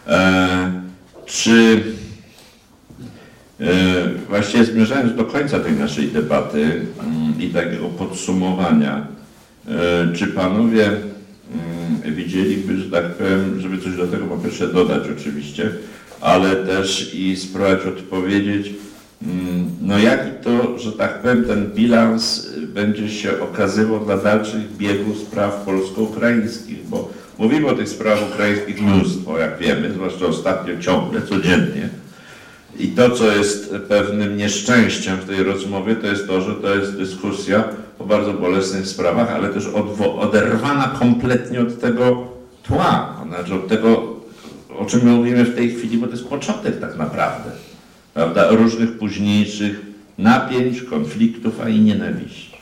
Właściwie zmierzając do końca tej naszej debaty i takiego podsumowania, czy panowie widzieliby, że tak powiem, żeby coś do tego po pierwsze dodać oczywiście, ale też i spróbować odpowiedzieć, no jaki to, że tak powiem, ten bilans będzie się okazywał dla dalszych biegów spraw polsko-ukraińskich, bo mówimy o tych sprawach ukraińskich mnóstwo, jak wiemy, zwłaszcza ostatnio ciągle, codziennie. I to, co jest pewnym nieszczęściem w tej rozmowie, to jest to, że to jest dyskusja o bardzo bolesnych sprawach, ale też oderwana kompletnie od tego tła, znaczy od tego, o czym my mówimy w tej chwili, bo to jest początek tak naprawdę. prawda, różnych późniejszych napięć, konfliktów, a i nienawiści.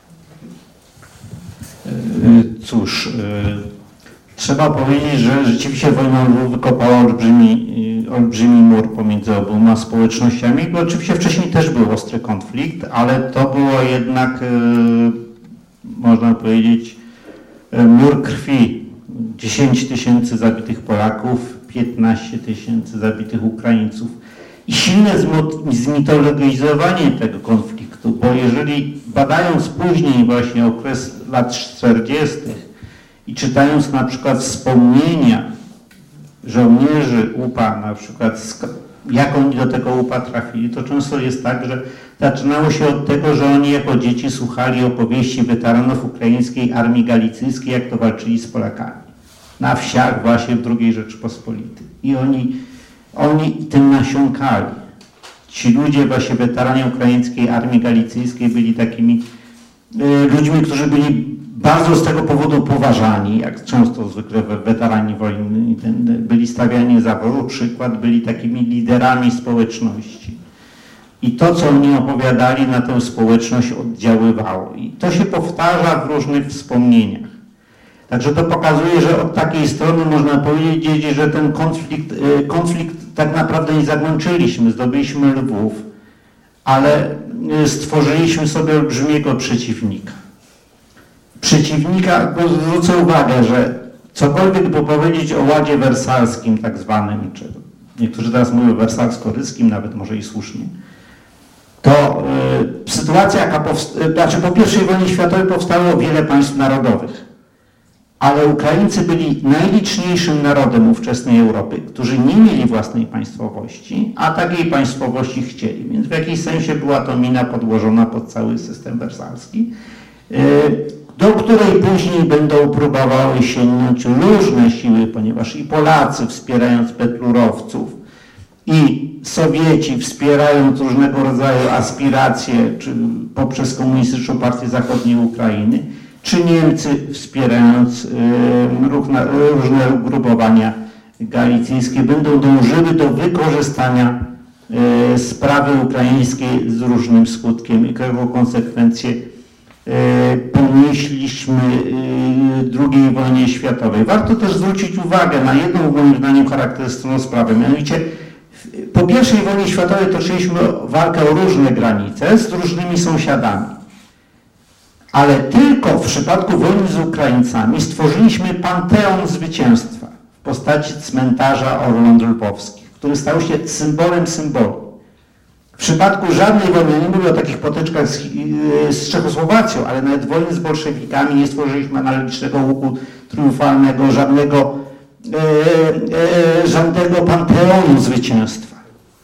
Cóż, trzeba powiedzieć, że rzeczywiście wojna Lwów wykopała olbrzymi mur pomiędzy oboma społecznościami, bo oczywiście wcześniej też był ostry konflikt, ale to było jednak, można powiedzieć, mur krwi. 10 000 zabitych Polaków, 15 000 zabitych Ukraińców i silne zmitologizowanie tego konfliktu, bo jeżeli badając później właśnie okres lat 40. i czytając na przykład wspomnienia żołnierzy UPA, na przykład jak oni do tego UPA trafili, to często jest tak, że zaczynało się od tego, że oni jako dzieci słuchali opowieści weteranów ukraińskiej Armii Galicyjskiej, jak to walczyli z Polakami na wsiach właśnie w II Rzeczypospolitej. I oni tym nasiąkali. Ci ludzie, właśnie weterani ukraińskiej Armii Galicyjskiej byli takimi ludźmi, którzy byli bardzo z tego powodu poważani, jak często zwykle weterani wojny byli stawiani za przykład, byli takimi liderami społeczności. I to, co oni opowiadali, na tę społeczność oddziaływało. I to się powtarza w różnych wspomnieniach. Także to pokazuje, że od takiej strony można powiedzieć, że ten konflikt tak naprawdę nie zakończyliśmy, zdobyliśmy Lwów, ale stworzyliśmy sobie olbrzymiego przeciwnika. Bo zwrócę uwagę, że cokolwiek by powiedzieć o Ładzie Wersalskim tak zwanym, czy niektórzy teraz mówią wersalsko-ryskim, nawet może i słusznie, to sytuacja, jaka po I wojnie światowej powstało wiele państw narodowych, ale Ukraińcy byli najliczniejszym narodem ówczesnej Europy, którzy nie mieli własnej państwowości, a takiej państwowości chcieli. Więc w jakimś sensie była to mina podłożona pod cały system wersalski, do której później będą próbowały sięgnąć różne siły, ponieważ i Polacy, wspierając petlurowców, i Sowieci, wspierając różnego rodzaju aspiracje, czy poprzez Komunistyczną Partię Zachodniej Ukrainy, czy Niemcy, wspierając różne ugrupowania galicyjskie, będą dążyły do wykorzystania sprawy ukraińskiej z różnym skutkiem, jaką konsekwencje ponieśliśmy II wojnie światowej. Warto też zwrócić uwagę na jedną moim zdaniem charakterystyczną sprawę, mianowicie po I wojnie światowej toczyliśmy walkę o różne granice z różnymi sąsiadami. Ale tylko w przypadku wojny z Ukraińcami stworzyliśmy panteon zwycięstwa w postaci cmentarza Orląt Lwowskich, który stał się symbolem symbolu. W przypadku żadnej wojny, nie mówię o takich potyczkach z Czechosłowacją, ale nawet wojny z bolszewikami nie stworzyliśmy analogicznego łuku triumfalnego, żadnego panteonu zwycięstwa.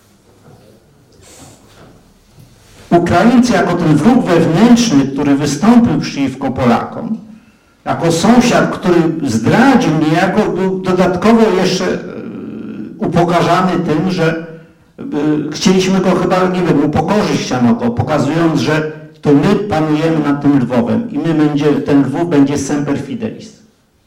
Ukraińcy jako ten wróg wewnętrzny, który wystąpił przeciwko Polakom, jako sąsiad, który zdradził niejako, był dodatkowo jeszcze upokarzany tym, że chcieliśmy go chyba, nie wiem, upokorzyć chciano go, pokazując, że to my panujemy nad tym Lwowem i ten Lwów będzie semper fidelis.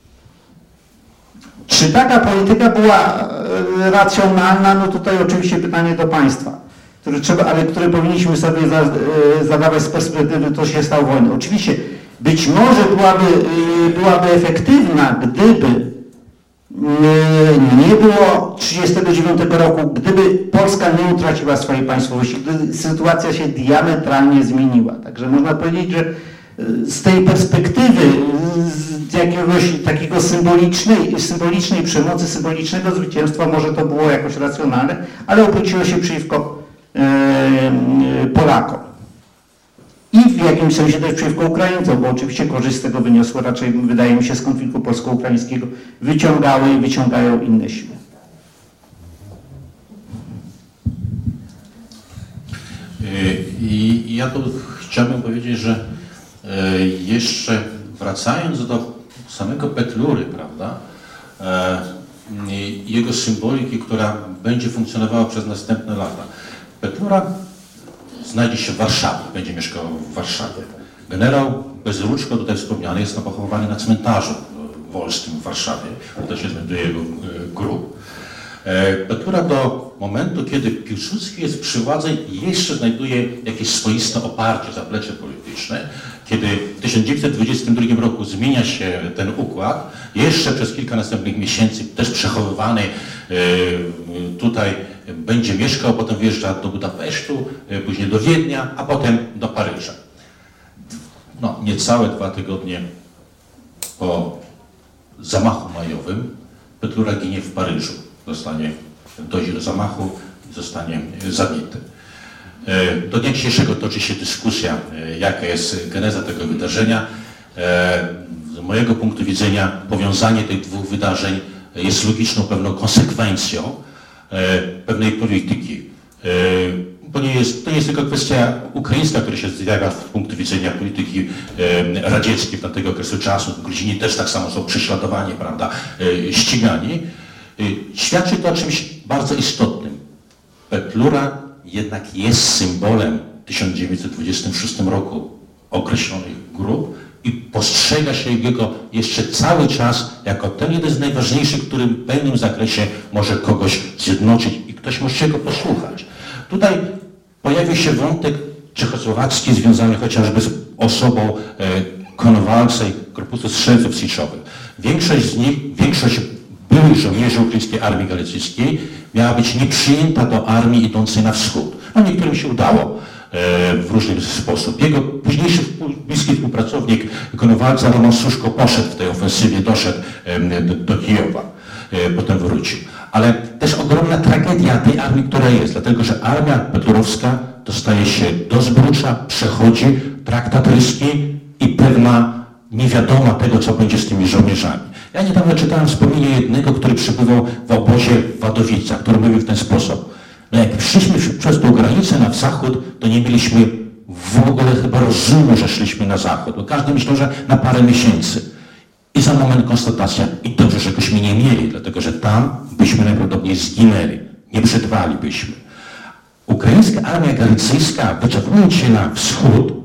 Czy taka polityka była racjonalna? No tutaj oczywiście pytanie do państwa, które powinniśmy sobie zadawać z perspektywy, to się stało wojną. Oczywiście być może byłaby efektywna, gdyby nie było 1939 roku, gdyby Polska nie utraciła swojej państwowości, gdyby sytuacja się diametralnie zmieniła. Także można powiedzieć, że z tej perspektywy, z jakiegoś takiego symbolicznej przemocy, symbolicznego zwycięstwa, może to było jakoś racjonalne, ale obróciło się przeciwko Polakom. I w jakimś sensie też przeciwko Ukraińcom, bo oczywiście korzyść z tego wyniosło raczej, wydaje mi się, z konfliktu polsko-ukraińskiego wyciągały i wyciągają inne siły. I ja tu chciałbym powiedzieć, że jeszcze wracając do samego Petlury, prawda, jego symboliki, która będzie funkcjonowała przez następne lata. Petlura znajdzie się w Warszawie, będzie mieszkał w Warszawie. Generał Bezruczko, tutaj wspomniany, jest pochowany na cmentarzu wolskim w Warszawie, tutaj się znajduje jego grób. Petlura do momentu, kiedy Piłsudski jest przy władzy, jeszcze znajduje jakieś swoiste oparcie, zaplecze polityczne. Kiedy w 1922 roku zmienia się ten układ, jeszcze przez kilka następnych miesięcy, też przechowywany tutaj będzie mieszkał, potem wyjeżdża do Budapesztu, później do Wiednia, a potem do Paryża. No, niecałe 2 tygodnie po zamachu majowym Petlura ginie w Paryżu. Dojdzie do zamachu i zostanie zabity. Do dnia dzisiejszego toczy się dyskusja, jaka jest geneza tego wydarzenia. Z mojego punktu widzenia powiązanie tych 2 wydarzeń jest logiczną pewną konsekwencją pewnej polityki. To nie jest tylko kwestia ukraińska, która się zjawia z punktu widzenia polityki radzieckiej w tamtego okresu czasu. Gruzini też tak samo są prześladowani, prawda, ścigani. Świadczy to o czymś bardzo istotnym. Petlura jednak jest symbolem w 1926 roku określonych grup i postrzega się jego jeszcze cały czas jako ten jeden z najważniejszych, który w pewnym zakresie może kogoś zjednoczyć i ktoś może go posłuchać. Tutaj pojawił się wątek czechosłowacki związany chociażby z osobą Konowalca i korpusu strzelców siczowych. Większość z nich, większość byłych żołnierzy ukraińskiej armii galicyjskiej miała być nieprzyjęta do armii idącej na wschód. No niektórym się udało w różny sposób. Jego późniejszy bliski współpracownik Konowalca, Roman Suszko, poszedł w tej ofensywie, doszedł do Kijowa, potem wrócił. Ale też ogromna tragedia tej armii, która jest, dlatego że armia petlurowska dostaje się do Zbrucza, przechodzi traktat ryski i pewna niewiadoma tego, co będzie z tymi żołnierzami. Ja niedawno czytałem wspomnienie jednego, który przebywał w obozie w Wadowicach, który mówił w ten sposób. No jak szliśmy przez tą granicę na zachód, to nie mieliśmy w ogóle chyba rozumu, że szliśmy na zachód, bo każdy myślał, że na parę miesięcy. I za moment konstatacja, i dobrze, żeśmy nie mieli, dlatego że tam byśmy najprawdopodobniej zginęli, nie przetrwalibyśmy. Ukraińska armia galicyjska, wyczerpując się na wschód,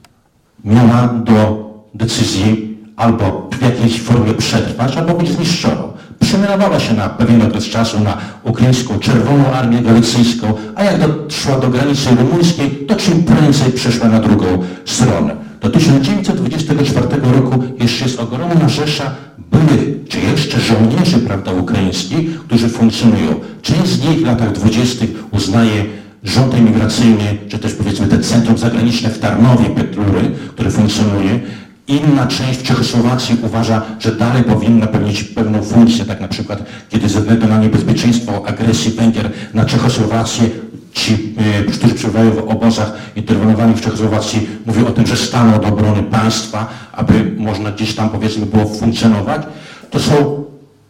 miała do decyzji albo w jakiejś formie przetrwać, albo być zniszczoną. Przemianowała się na pewien okres czasu na ukraińską Czerwoną Armię Galicyjską, a jak doszła do granicy rumuńskiej, to czym prędzej przeszła na drugą stronę. Do 1924 roku jeszcze jest ogromna rzesza byłych, czy jeszcze żołnierzy, prawda, ukraińskich, którzy funkcjonują. Część z nich w latach 20. uznaje rząd emigracyjny, czy też powiedzmy te centrum zagraniczne w Tarnowie Petlury, które funkcjonuje. Inna część w Czechosłowacji uważa, że dalej powinna pełnić pewną funkcję, tak na przykład kiedy ze względu na niebezpieczeństwo agresji Węgier na Czechosłowację, ci, którzy przebywają w obozach internowanych w Czechosłowacji, mówią o tym, że staną do obrony państwa, aby można gdzieś tam powiedzmy było funkcjonować. To są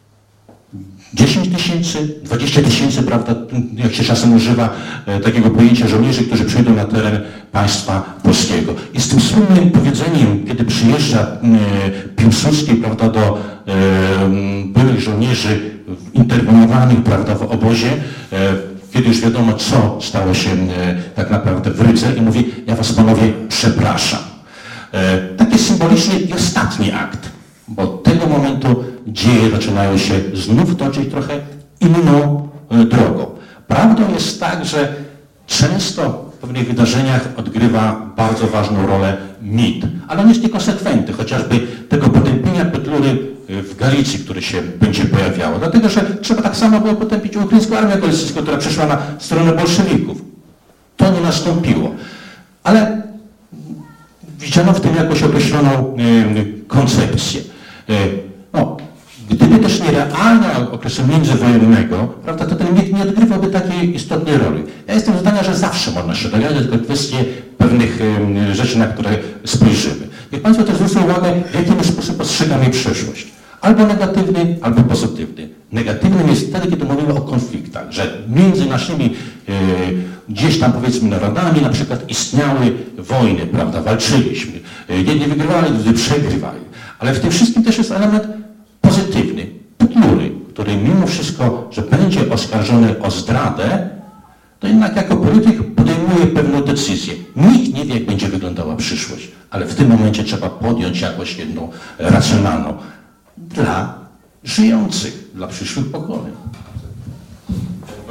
10 000, 20 000, prawda, jak się czasem używa takiego pojęcia żołnierzy, którzy przyjdą na teren państwa polskiego. I z tym słynnym powiedzeniem, kiedy przyjeżdża Piłsudski, prawda, do byłych żołnierzy internowanych, prawda, w obozie, kiedy już wiadomo, co stało się tak naprawdę w Rydze i mówi, ja was panowie przepraszam. Taki symboliczny i ostatni akt, bo od tego momentu dzieje zaczynają się znów toczyć trochę inną drogą. Prawdą jest tak, że często w pewnych wydarzeniach odgrywa bardzo ważną rolę mit, ale on jest niekonsekwentny, chociażby tego potępienia Petlury w Galicji, które się będzie pojawiało. Dlatego, że trzeba tak samo było potępić ukraińską armię galicyjską, która przeszła na stronę bolszewików. To nie nastąpiło. Ale widziano w tym jakąś określoną koncepcję. No, gdyby też nie realna okresu międzywojennego, prawda, to ten mit nie odgrywałby takiej istotnej roli. Ja jestem zdania, że zawsze można się dogadać, tylko kwestie pewnych rzeczy, na które spojrzymy. Niech Państwo też zwrócą uwagę, w jaki sposób postrzegamy przyszłość. Albo negatywny, albo pozytywny. Negatywnym jest wtedy, kiedy mówimy o konfliktach, że między naszymi gdzieś tam powiedzmy narodami na przykład istniały wojny, prawda, walczyliśmy. Jedni wygrywali, drudzy przegrywali. Ale w tym wszystkim też jest element pozytywny, Petlury, który mimo wszystko, że będzie oskarżony o zdradę, to jednak jako polityk podejmuje pewną decyzję. Nikt nie wie, jak będzie wyglądała przyszłość, ale w tym momencie trzeba podjąć jakąś jedną racjonalną dla żyjących, dla przyszłych pokoleń.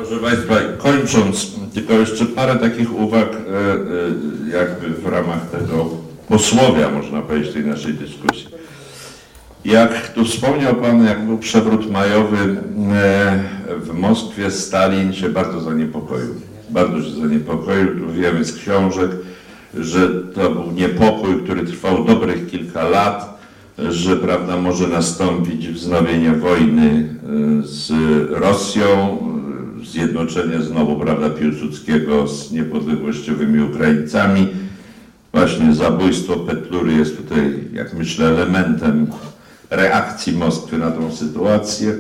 Proszę Państwa, kończąc, tylko jeszcze parę takich uwag jakby w ramach tego posłowia, można powiedzieć, tej naszej dyskusji. Jak tu wspomniał Pan, jak był przewrót majowy w Moskwie, Stalin się bardzo zaniepokoił. Bardzo się zaniepokoił, tu wiemy z książek, że to był niepokój, który trwał dobrych kilka lat, że prawda, może nastąpić wznowienie wojny z Rosją, zjednoczenie znowu prawda, Piłsudskiego z niepodległościowymi Ukraińcami. Właśnie zabójstwo Petlury jest tutaj, jak myślę, elementem reakcji Moskwy na tą sytuację,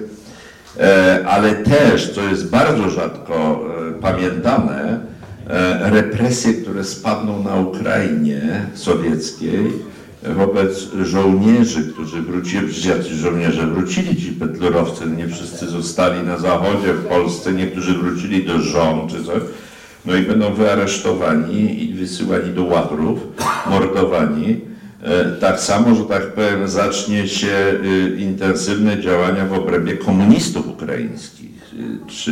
ale też, co jest bardzo rzadko pamiętane, represje, które spadną na Ukrainie sowieckiej wobec żołnierzy, którzy wrócili, przecież jacyś żołnierze wrócili, ci petlurowcy, nie wszyscy zostali na zachodzie, w Polsce, niektórzy wrócili do żon czy coś, no i będą wyaresztowani i wysyłani do łagrów, mordowani. Tak samo, że tak powiem, zacznie się intensywne działania w obrębie komunistów ukraińskich, czy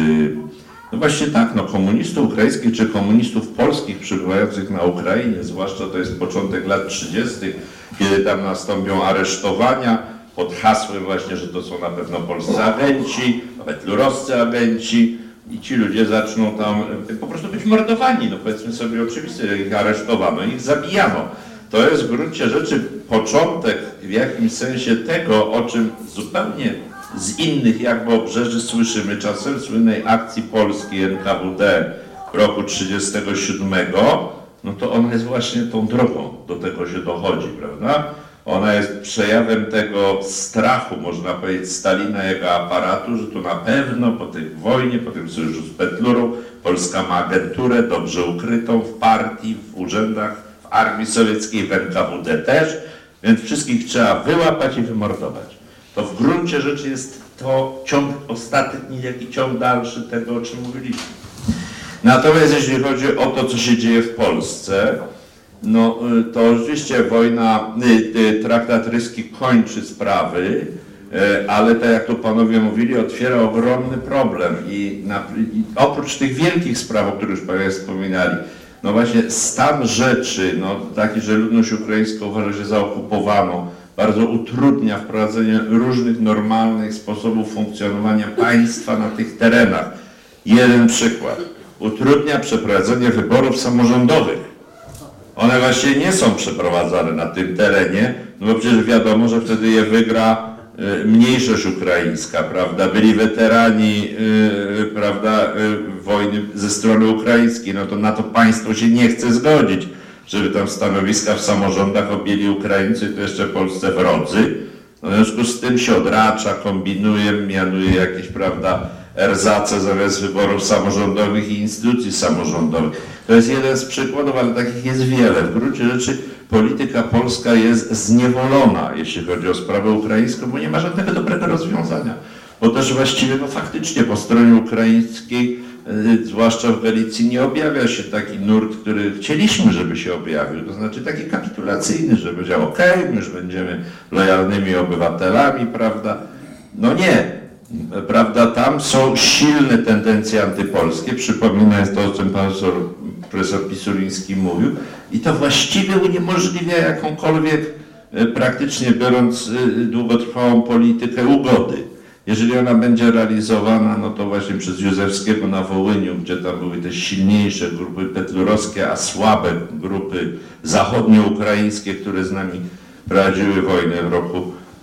no właśnie tak, no komunistów ukraińskich, czy komunistów polskich przebywających na Ukrainie, zwłaszcza to jest początek lat 30., kiedy tam nastąpią aresztowania pod hasłem właśnie, że to są na pewno polscy agenci, petlurowscy agenci i ci ludzie zaczną tam po prostu być mordowani, no powiedzmy sobie oczywiste, ich aresztowano, ich zabijano. To jest w gruncie rzeczy początek w jakimś sensie tego, o czym zupełnie z innych jakby obrzeży słyszymy czasem, słynnej akcji polskiej NKWD w roku 1937, no to ona jest właśnie tą drogą, do tego się dochodzi, prawda? Ona jest przejawem tego strachu, można powiedzieć, Stalina, jego aparatu, że to na pewno po tej wojnie, po tym sojuszu z Petlurą, Polska ma agenturę dobrze ukrytą w partii, w urzędach, w armii sowieckiej, w NKWD też, więc wszystkich trzeba wyłapać i wymordować. To w gruncie rzeczy jest to ciąg ostatni, jak i ciąg dalszy tego, o czym mówiliśmy. Natomiast jeśli chodzi o to, co się dzieje w Polsce, no to oczywiście wojna, traktat ryski kończy sprawy, ale tak jak tu panowie mówili, otwiera ogromny problem i oprócz tych wielkich spraw, o których już panowie wspominali, no właśnie stan rzeczy, no taki, że ludność ukraińska uważa się za okupowaną, bardzo utrudnia wprowadzenie różnych normalnych sposobów funkcjonowania państwa na tych terenach. Jeden przykład. Utrudnia przeprowadzenie wyborów samorządowych. One właśnie nie są przeprowadzane na tym terenie, no bo przecież wiadomo, że wtedy je wygra mniejszość ukraińska, prawda? Byli weterani, prawda, wojny ze strony ukraińskiej, no to na to państwo się nie chce zgodzić, żeby tam stanowiska w samorządach objęli Ukraińcy, to jeszcze Polsce wrodzy. No w związku z tym się odracza, kombinuje, mianuje jakieś, prawda, erzace zamiast wyborów samorządowych i instytucji samorządowych. To jest jeden z przykładów, ale takich jest wiele. W gruncie rzeczy polityka polska jest zniewolona, jeśli chodzi o sprawę ukraińską, bo nie ma żadnego dobrego rozwiązania. Bo też właściwie, no faktycznie po stronie ukraińskiej, zwłaszcza w Galicji, nie objawia się taki nurt, który chcieliśmy, żeby się objawił. To znaczy taki kapitulacyjny, że będzie okej, my już będziemy lojalnymi obywatelami, prawda? No nie. Prawda, tam są silne tendencje antypolskie, przypominając to, o czym pan profesor Pisuliński mówił, i to właściwie uniemożliwia jakąkolwiek, praktycznie biorąc, długotrwałą politykę ugody. Jeżeli ona będzie realizowana, no to właśnie przez Józefskiego na Wołyniu, gdzie tam były te silniejsze grupy petlurowskie, a słabe grupy zachodnioukraińskie, które z nami prowadziły wojnę w roku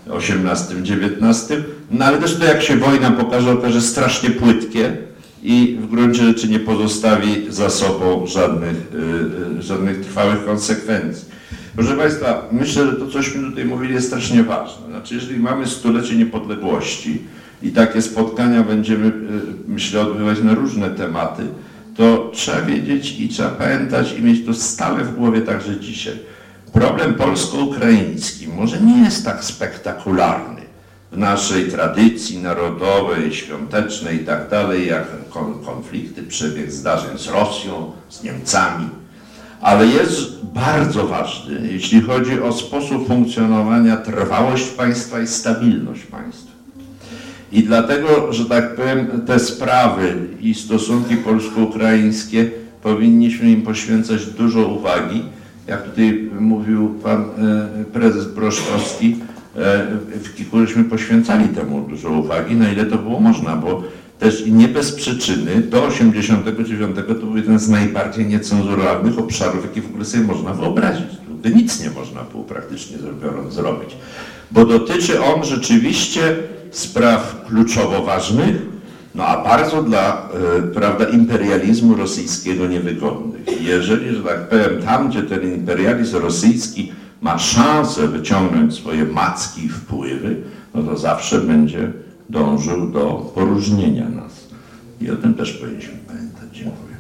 18-19, no ale też to, jak się wojna okaże strasznie płytkie i w gruncie rzeczy nie pozostawi za sobą żadnych trwałych konsekwencji. Proszę Państwa, myślę, że to, cośmy tutaj mówili, jest strasznie ważne. Znaczy, jeżeli mamy stulecie niepodległości i takie spotkania będziemy, myślę, odbywać na różne tematy, to trzeba wiedzieć i trzeba pamiętać i mieć to stale w głowie także dzisiaj. Problem polsko-ukraiński może nie jest tak spektakularny w naszej tradycji narodowej, świątecznej i tak dalej, jak konflikty, przebieg zdarzeń z Rosją, z Niemcami, ale jest bardzo ważny, jeśli chodzi o sposób funkcjonowania, trwałość państwa i stabilność państwa. I dlatego, że tak powiem, te sprawy i stosunki polsko-ukraińskie powinniśmy im poświęcać dużo uwagi. Jak tutaj mówił pan prezes Broszkowski, w Kikuryśmy poświęcali temu dużo uwagi, na ile to było można, bo też nie bez przyczyny do 89 to był jeden z najbardziej niecenzuralnych obszarów, jakie w ogóle sobie można wyobrazić. Tutaj nic nie można było praktycznie zrobić, bo dotyczy on rzeczywiście spraw kluczowo ważnych, no a bardzo dla, prawda, imperializmu rosyjskiego niewygodnych. Jeżeli, że tak powiem, tam, gdzie ten imperializm rosyjski ma szansę wyciągnąć swoje macki i wpływy, no to zawsze będzie dążył do poróżnienia nas. I o tym też powinniśmy pamiętać. Dziękuję.